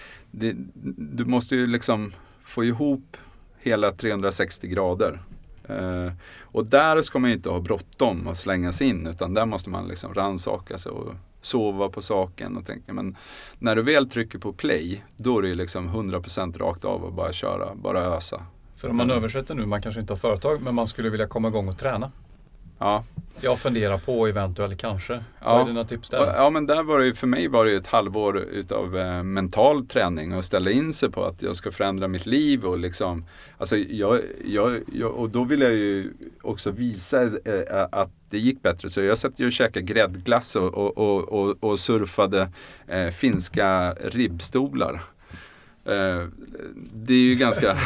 du måste ju liksom få ihop hela 360 grader. Och där ska man inte ha bråttom och slängas in utan där måste man liksom rannsaka sig och sova på saken och tänka, men när du väl trycker på play då är det liksom 100% rakt av och bara köra, bara ösa. För om man översätter nu, man kanske inte har företag men man skulle vilja komma igång och träna. Ja. Jag funderar på eventuellt kanske. Vad är dina tips där? Ja, men där var det ju, för mig var det ju ett halvår utav mental träning och ställa in sig på att jag ska förändra mitt liv och liksom, alltså och då vill jag ju också visa att det gick bättre. Så jag satt ju och käkade gräddglass och surfade finska ribbstolar. Det är ju ganska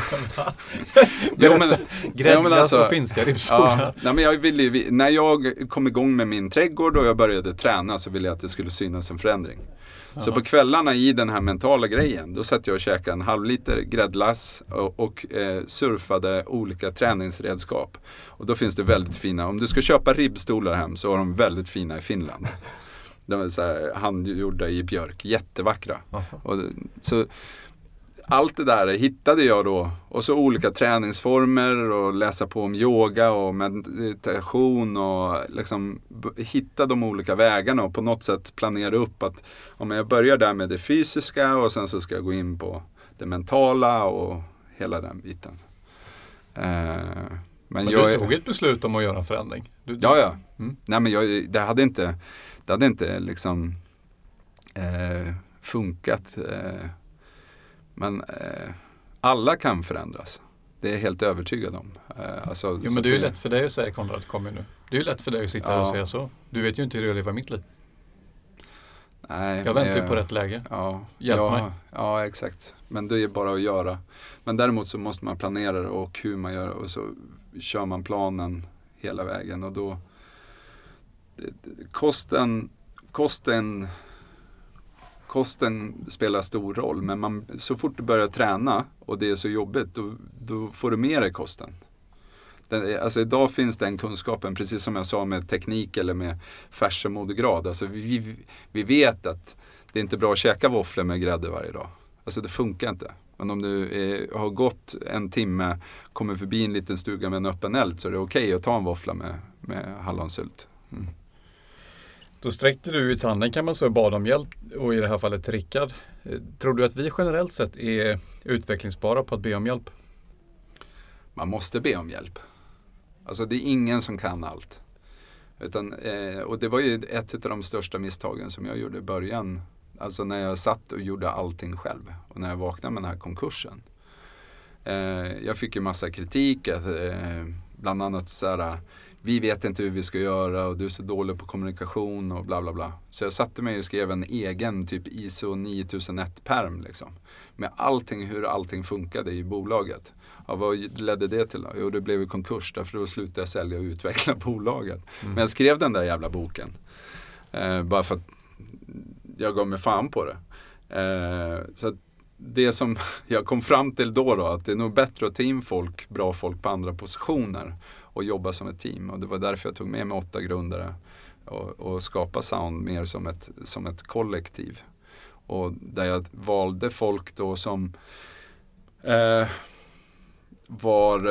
gräddglass och finska ribbstolar. Ja, men jag ville ju, när jag kom igång med min trädgård och jag började träna så ville jag att det skulle synas en förändring. Så på kvällarna i den här mentala grejen då satt jag och käkade en halv liter gräddglass och surfade olika träningsredskap. Och då finns det väldigt fina, om du ska köpa ribbstolar hem så har de väldigt fina i Finland. De är så här handgjorda i björk, jättevackra. Och så allt det där hittade jag då. Och så olika träningsformer och läsa på om yoga och meditation och liksom hitta de olika vägarna och på något sätt planera upp att om jag börjar där med det fysiska och sen så ska jag gå in på det mentala och hela den biten. Men du tog ett beslut om att göra en förändring? Ja. Nej, men det hade inte liksom funkat. Men alla kan förändras. Det är jag helt övertygad om. Men det är ju lätt för dig att säga, Konrad, kom nu. Det är ju lätt för dig att sitta här och säga så. Du vet ju inte hur jag lever mitt liv. Nej, jag väntar ju på rätt läge. Hjälp mig. Ja, exakt. Men det är bara att göra. Men däremot så måste man planera det och hur man gör, och så kör man planen hela vägen. Och då kosten spelar stor roll, men så fort du börjar träna och det är så jobbigt, då får du med dig kosten. Alltså idag finns den kunskapen, precis som jag sa med teknik eller med färs och modergrad. Alltså vi vet att det är inte bra att käka våfflor med grädde varje dag. Alltså det funkar inte. Men om du har gått en timme, kommer förbi en liten stuga med en öppen eld, så är det okej att ta en våffla med hallonsylt. Mm. Då sträckte du ut handen, kan man säga, och bad om hjälp, och i det här fallet till Rickard. Tror du att vi generellt sett är utvecklingsbara på att be om hjälp? Man måste be om hjälp. Alltså det är ingen som kan allt. Och det var ju ett av de största misstagen som jag gjorde i början. Alltså när jag satt och gjorde allting själv. Och när jag vaknade med den här konkursen. Jag fick ju massa kritik. Bland annat så här: vi vet inte hur vi ska göra och du är så dålig på kommunikation och bla bla bla. Så jag satte mig och skrev en egen typ ISO 9001-perm liksom. Med allting, hur allting funkade i bolaget. Ja, vad ledde det till då? Jo, det blev ju konkurs, därför då slutade jag sälja och utveckla bolaget. Men jag skrev den där jävla boken. Bara för att jag gav mig fan på det. Så att det som jag kom fram till då, att det är nog bättre att ta in bra folk på andra positioner och jobba som ett team. Och det var därför jag tog med mig 8 grundare och skapa Sound mer som ett kollektiv. Och där jag valde folk då som var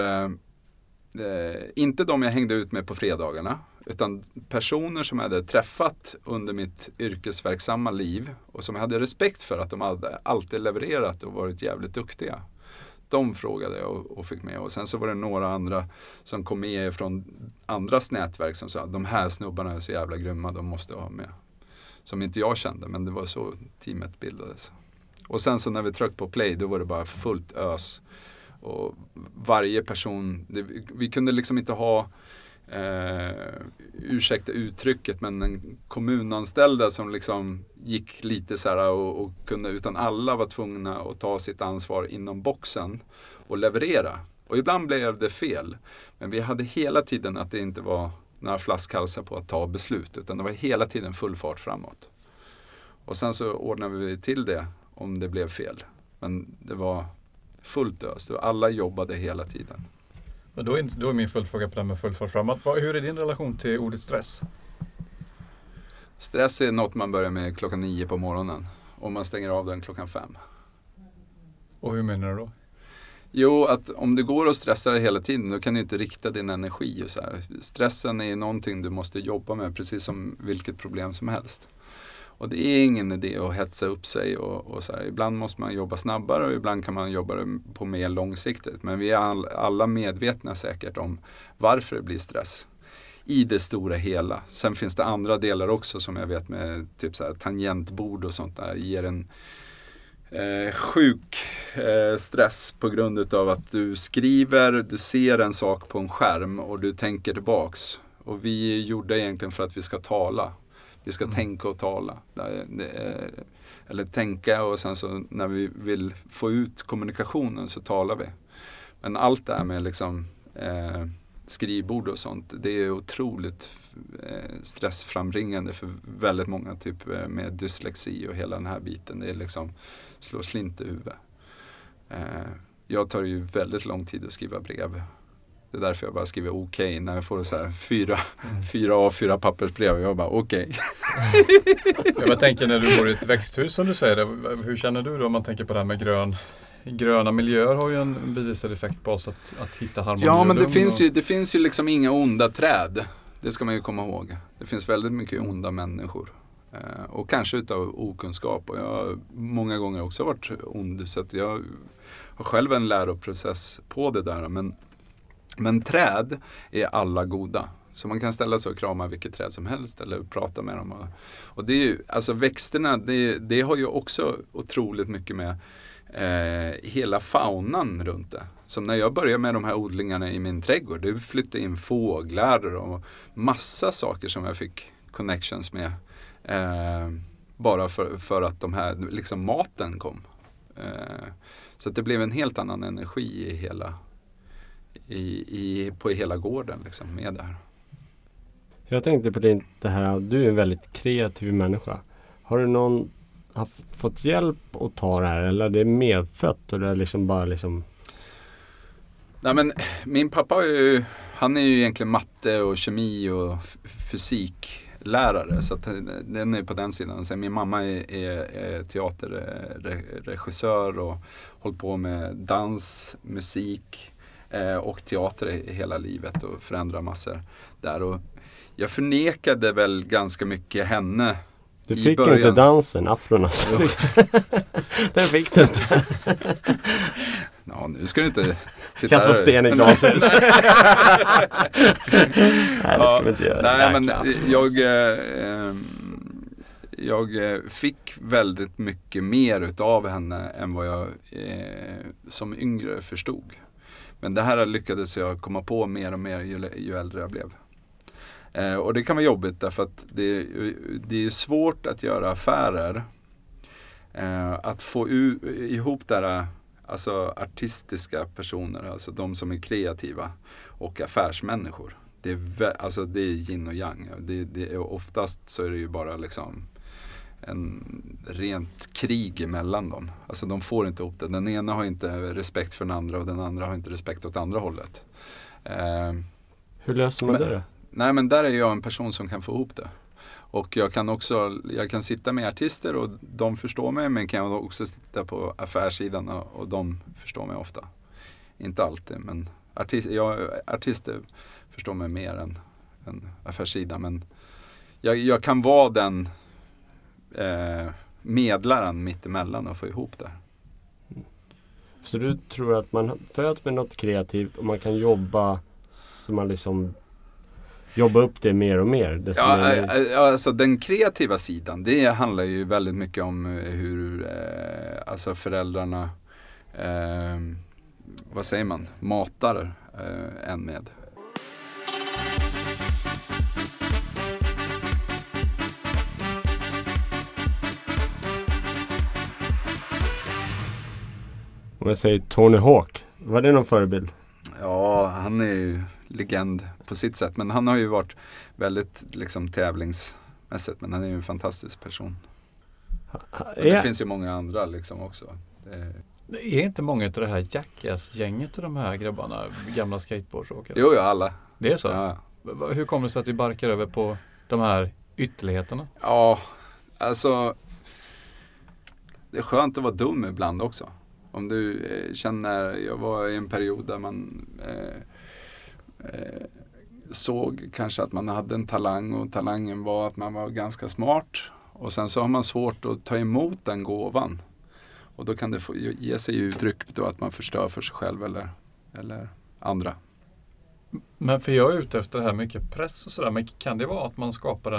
inte de jag hängde ut med på fredagarna, utan personer som jag hade träffat under mitt yrkesverksamma liv och som jag hade respekt för att de hade alltid levererat och varit jävligt duktiga. De frågade jag och fick med. Och sen så var det några andra som kom med från andras nätverk som sa: de här snubbarna är så jävla grymma, de måste ha med. Som inte jag kände, men det var så teamet bildades. Och sen så när vi tryckte på play, då var det bara fullt ös. Och varje person, vi kunde liksom inte ha, ursäkta uttrycket, men en kommunanställda som liksom gick lite så här och kunde, utan alla var tvungna att ta sitt ansvar inom boxen och leverera. Och ibland blev det fel, men vi hade hela tiden att det inte var några flaskhalsar på att ta beslut, utan det var hela tiden full fart framåt. Och sen så ordnade vi till det om det blev fel, men det var fullt ös. Alla jobbade hela tiden. Men då är min följdfråga på det med full fart framåt. Hur är din relation till ordet stress? Stress är något man börjar med 9:00 på morgonen och man stänger av den 5:00. Och hur menar du då? Jo, att om du går och stressar hela tiden, då kan du inte rikta din energi. Och så här. Stressen är någonting du måste jobba med, precis som vilket problem som helst. Och det är ingen idé att hetsa upp sig och så här. Ibland måste man jobba snabbare och ibland kan man jobba på mer långsiktigt. Men vi är alla medvetna säkert om varför det blir stress i det stora hela. Sen finns det andra delar också som jag vet med typ så här tangentbord och sånt där ger en sjuk stress på grund av att du ser en sak på en skärm och du tänker tillbaks. Och vi gjorde egentligen för att vi ska tala. Vi ska tänka och tala. Eller tänka, och sen så när vi vill få ut kommunikationen så talar vi. Men allt det här med liksom, skrivbord och sånt, det är otroligt stressframbringande för väldigt många, typ med dyslexi och hela den här biten. Det är liksom slår slint i huvudet. Jag tar ju väldigt lång tid att skriva brev. Det är därför jag bara skriver okej. När jag får så här 4 pappersbrev. Jag bara okej. Jag tänker när du bor i ett växthus som du säger. Hur känner du då om man tänker på det här med gröna miljöer har ju en bevisad effekt på oss att hitta harmoni. Ja, men det finns ju liksom inga onda träd. Det ska man ju komma ihåg. Det finns väldigt mycket onda människor. Och kanske utav okunskap. Och jag har många gånger också varit ond. Så att jag har själv en läroprocess på det där. Men Men träd är alla goda. Så man kan ställa sig och krama vilket träd som helst eller prata med dem. Och det är ju, alltså växterna, det har ju också otroligt mycket med hela faunan runt det. Som när jag började med de här odlingarna i min trädgård, det flyttade in fåglar och massa saker som jag fick connections med. Bara för att de här, liksom maten kom. Så att det blev en helt annan energi på hela gården liksom, med det här. Jag tänkte på det här, du är en väldigt kreativ människa. Har du fått hjälp att ta det här, eller är det medfött och det är liksom bara liksom... Nej, men min pappa han är ju egentligen matte och kemi och fysiklärare, så att den är på den sidan. Sen min mamma är teaterregissör och håller på med dans, musik och teater i hela livet och förändrar massor där. Och jag förnekade väl ganska mycket henne. Du fick inte dansen, afron alltså. Den fick du inte. Ja, nu ska du inte sitta kasta sten i glaset. Nej, det ska vi inte göra. Nej, men jag fick väldigt mycket mer utav henne än vad jag som yngre förstod. Men det här lyckades jag komma på mer och mer ju äldre jag blev. Och det kan vara jobbigt därför att det är svårt att göra affärer. Att få ihop där, alltså artistiska personer, alltså de som är kreativa och affärsmänniskor. Det är yin och yang. Oftast så är det ju bara liksom en rent krig emellan dem. Alltså de får inte ihop det. Den ena har inte respekt för den andra och den andra har inte respekt åt andra hållet. Hur löser man det då? Nej, men där är jag en person som kan få ihop det. Och jag kan sitta med artister och de förstår mig, men kan jag också sitta på affärssidan och de förstår mig ofta. Inte alltid, men artister förstår mig mer än affärssidan. Men jag kan vara den medlaren mittemellan och få ihop det. Så du tror att man föds med något kreativt och man kan jobba så man liksom jobba upp det mer och mer? Alltså den kreativa sidan, det handlar ju väldigt mycket om hur alltså föräldrarna vad säger man, matar en med. Om jag säger Tony Hawk, var det någon förebild? Ja, han är ju legend på sitt sätt. Men han har ju varit väldigt liksom tävlingsmässigt. Men han är ju en fantastisk person. Det finns ju många andra liksom också. Det är inte många av det här Jackass-gänget och de här grabbarna, gamla skateboardsåkare? Jo, alla. Det är så? Ja. Hur kommer det sig att vi barkar över på de här ytterligheterna? Ja, alltså det är skönt att vara dum ibland också. Om du känner, jag var i en period där man såg kanske att man hade en talang och talangen var att man var ganska smart. Och sen så har man svårt att ta emot den gåvan. Och då kan det få ge sig uttryck då att man förstör för sig själv eller andra. Men för jag är ute efter det här mycket press och sådär. Men kan det vara att man skapar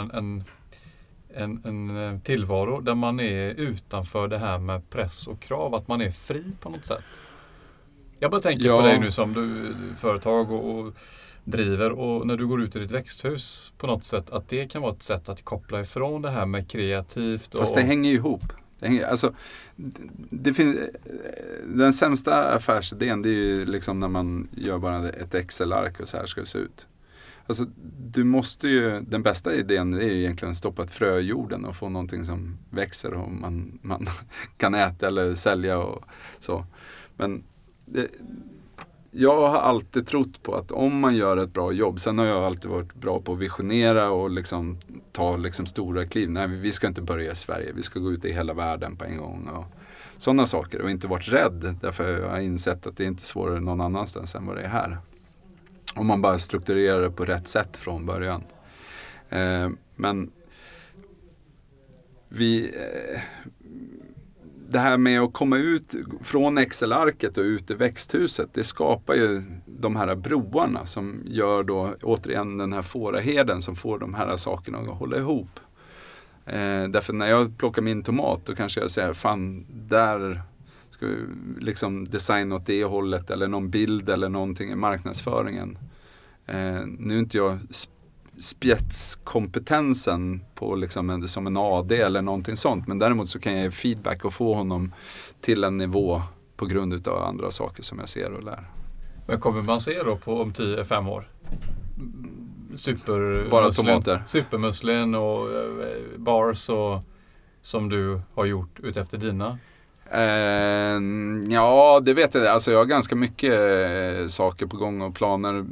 en tillvaro där man är utanför det här med press och krav? Att man är fri på något sätt? Jag bara tänker på dig nu som du företag och driver, och när du går ut i ditt växthus på något sätt, att det kan vara ett sätt att koppla ifrån det här med kreativt. Fast det hänger ju ihop. Det finns, den sämsta affärsidén, det är ju liksom när man gör bara ett Excel-ark och så här ska det se ut. Alltså, du måste ju, den bästa idén är ju egentligen stoppa ett frö i jorden och få någonting som växer och man kan äta eller sälja och så. Men jag har alltid trott på att om man gör ett bra jobb, sen har jag alltid varit bra på att visionera och liksom ta liksom stora kliv. Nej, vi ska inte börja i Sverige, vi ska gå ut i hela världen på en gång och sådana saker. Och inte varit rädd, därför jag har insett att det är inte svårare någon annanstans än vad det är här. Om man bara strukturerar det på rätt sätt från början. Men det här med att komma ut från Excel-arket och ut i växthuset, det skapar ju de här broarna som gör då återigen den här fåraherden som får de här sakerna att hålla ihop. Därför när jag plockar min tomat då kanske jag säger fan där ska vi liksom designa åt det hållet eller någon bild eller någonting i marknadsföringen. Nu är inte jag spetskompetensen på liksom som en AD eller någonting sånt, men däremot så kan jag ge feedback och få honom till en nivå på grund av andra saker som jag ser och lär. Men kommer man se då på om 10-5 år? Bara tomater. Supermusslin och bars och, som du har gjort utefter dina? Ja, det vet jag. Alltså jag har ganska mycket saker på gång och planer.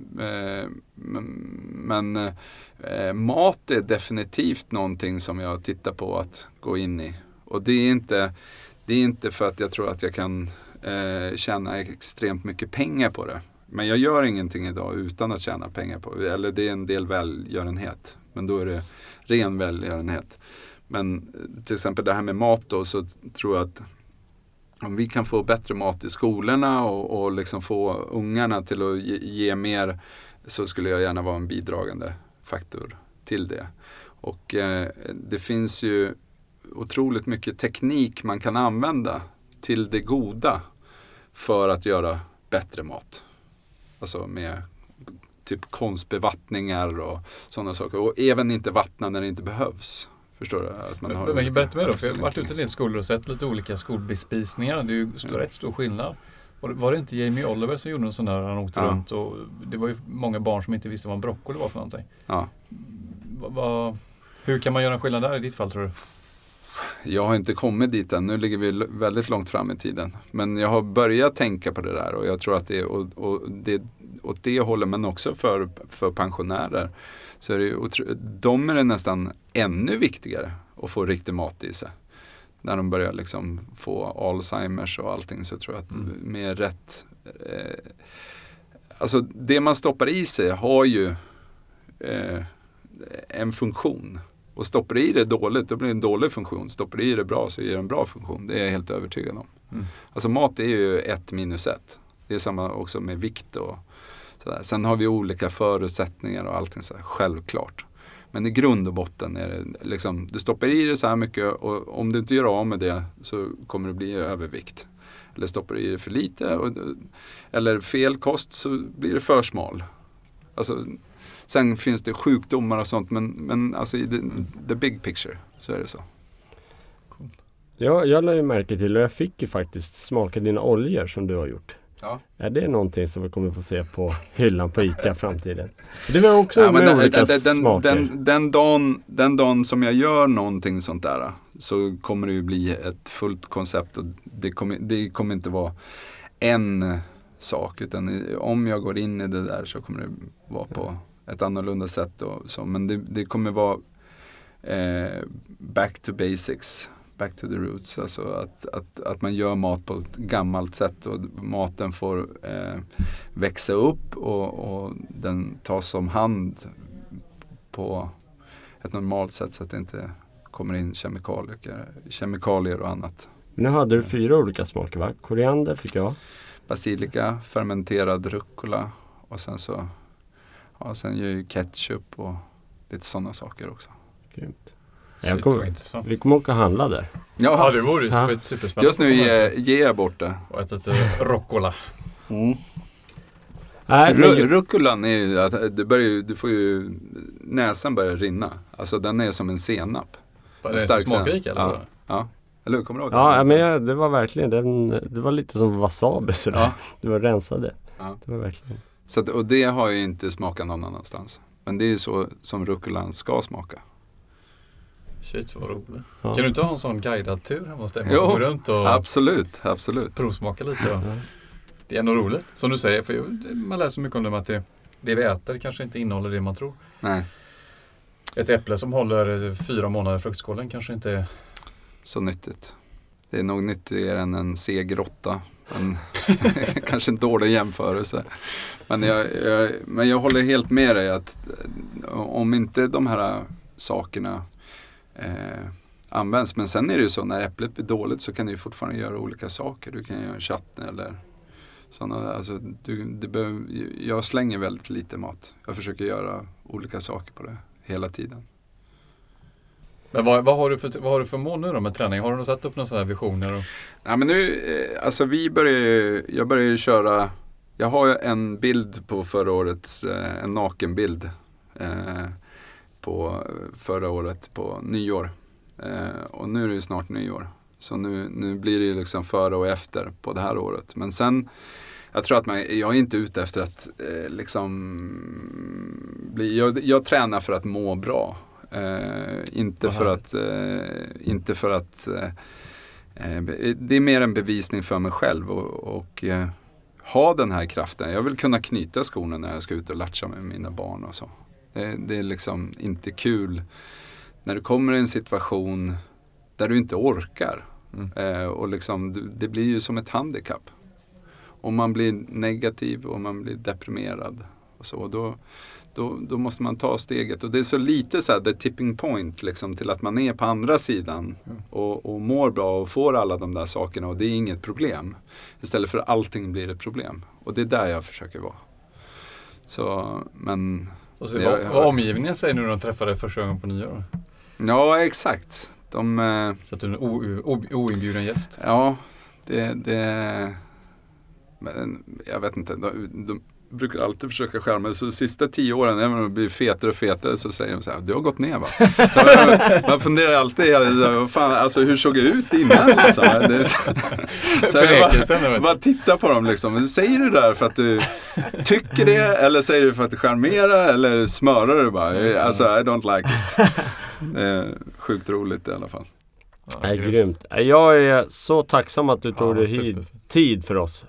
Men mat är definitivt någonting som jag tittar på att gå in i. Och det är inte för att jag tror att jag kan tjäna extremt mycket pengar på det. Men jag gör ingenting idag utan att tjäna pengar på det. Eller det är en del välgörenhet. Men då är det ren välgörenhet. Men till exempel det här med mat då, så tror jag att om vi kan få bättre mat i skolorna och liksom få ungarna till att ge mer, så skulle jag gärna vara en bidragande faktor till det. Och det finns ju otroligt mycket teknik man kan använda till det goda för att göra bättre mat. Alltså med typ konstbevattningar och sådana saker. Och även inte vattna när det inte behövs. Förstår du? Att man har men berätta mig då, för jag har varit ute i din skolor och sett lite olika skolbespisningar. Det är ju rätt stor skillnad. Var det inte Jamie Oliver som gjorde en sån där, han åkte runt och det var ju många barn som inte visste vad en broccoli var för någonting. Ja. Hur kan man göra en skillnad där i ditt fall, tror du? Jag har inte kommit dit än. Nu ligger vi väldigt långt fram i tiden. Men jag har börjat tänka på det där och jag tror att det är åt det hållet, men också för pensionärer. Så är det de är det nästan ännu viktigare att få riktig mat i sig. När de börjar liksom få Alzheimers och allting, så tror jag att med rätt alltså det man stoppar i sig har ju en funktion. Och stoppar i det dåligt, då blir det en dålig funktion. Stoppar i det bra, så ger det en bra funktion. Det är jag helt övertygad om. Alltså mat är ju 1-1. Det är samma också med vikt och sådär. Sen har vi olika förutsättningar och allting så här, självklart. Men i grund och botten är det liksom, du stoppar i det så här mycket och om du inte gör av med det så kommer det bli övervikt. Eller stoppar i det för lite eller fel kost, så blir det för smal. Alltså, sen finns det sjukdomar och sånt, men alltså i the big picture så är det så. Cool. Ja, jag lade ju märke till, och jag fick ju faktiskt smaka dina oljor som du har gjort. Ja. Är det någonting som vi kommer få se på hyllan på ICA framtiden? Det var också med olika smaker. Den dagen som jag gör någonting sånt där, så kommer det ju bli ett fullt koncept, och det kommer inte vara en sak, utan om jag går in i det där så kommer det vara på ett annorlunda sätt och så. Men det kommer vara back to basics, back to the roots. Alltså att man gör mat på ett gammalt sätt och maten får växa upp och den tas om hand på ett normalt sätt, så att det inte kommer in kemikalier och annat. Nu hade du 4 olika smaker, va? Koriander fick jag. Basilika, fermenterad rucola och sen så sen gör ju ketchup och lite sådana saker också. Grymt. Vi kommer åka och handla där. Ja, det vore ju superspännande. Just nu ger jag bort det. Och äta lite rucola. Rucolan är ju att du får ju näsan börjar rinna. Alltså den är som en senap. Är det så smakrik eller? Ja. Eller hur, kommer du ihåg? Ja, men det var verkligen det var lite som wasabi sådär. Ja. Det var rensade. Ja. Det var verkligen. Så och det har ju inte smakat någon annanstans. Men det är ju så som rucolan ska smaka. Shit, vad roligt. Ja. Kan du inte ha en sån guidad tur hemma hos dig? Jo, runt och absolut. Provsmaka lite. Det är ändå roligt, som du säger. För man läser mycket om det, att det vi äter kanske inte innehåller det man tror. Nej. Ett äpple som håller 4 månader i fruktskålen kanske inte är så nyttigt. Det är nog nyttigare än en seg råtta. Kanske en dålig jämförelse. Men jag håller helt med dig att om inte de här sakerna används. Men sen är det ju så, när äpplet blir dåligt så kan du ju fortfarande göra olika saker. Du kan göra en chutney eller Såna, alltså, jag slänger väldigt lite mat. Jag försöker göra olika saker på det hela tiden. Men vad har du för mål nu då med träning? Har du satt upp några sådana här visioner? Ja, men nu, alltså jag börjar köra, jag har en bild på förra årets, en nakenbild på förra året på nyår. Och nu är det ju snart nyår. Så nu blir det ju liksom före och efter på det här året. Men sen, jag tror att jag är inte ute efter att jag tränar för att må bra. Inte för att det är mer en bevisning för mig själv och ha den här kraften. Jag vill kunna knyta skorna när jag ska ut och latcha med mina barn och så. Det är liksom inte kul när du kommer i en situation där du inte orkar. Och liksom, det blir ju som ett handikapp. Om man blir negativ och man blir deprimerad och så, då måste man ta steget. Och det är så lite så här, the tipping point liksom, till att man är på andra sidan och mår bra och får alla de där sakerna och det är inget problem. Istället för att allting blir ett problem. Och det är där jag försöker vara. Så, men... Och så vad omgivningen säger nu när de träffar dig första gången på nyår? Ja, exakt. Så att du är en oinbjuden gäst? Ja, men jag vet inte. De brukar alltid försöka skärma. Så de sista 10 åren, även om det blir fetare och fetare, så säger de så här, du har gått ner va? Så man funderar alltid, fan, alltså, hur såg jag ut innan? Liksom? Så jag bara titta på dem liksom. Säger du där för att du tycker det? Eller säger du för att du charmerar? Eller smörar du bara? Alltså, I don't like it. Det är sjukt roligt i alla fall. Ja, grymt. Jag är så tacksam att du tog dig tid för oss.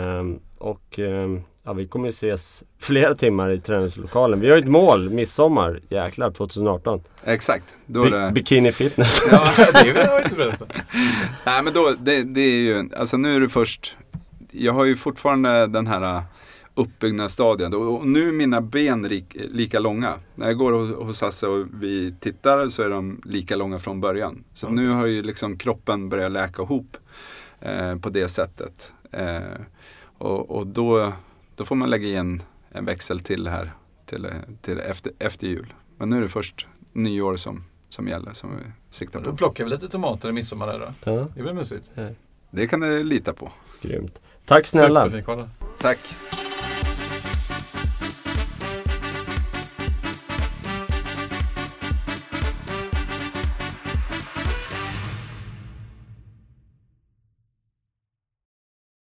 Vi kommer att ses flera timmar i träningslokalen. Vi har ett mål, midsommar, jäklar, 2018. Exakt. Då är det... Bikini fitness. Ja, det vill jag inte berätta. Nej, men då, det är ju, alltså nu är det först, jag har ju fortfarande den här uppbyggnadsstadien. Och nu är mina ben lika långa. När jag går hos Hasse och vi tittar så är de lika långa från början. Så nu har ju liksom kroppen börjat läka ihop på det sättet. Och då får man lägga in en växel till här till efter jul. Men nu är det först nyår som gäller, som vi siktar på. Då plockar vi lite tomater i midsommar där då. Ja. Det blir mysigt. Det kan du lita på. Grymt. Tack snälla. Superfin. Tack.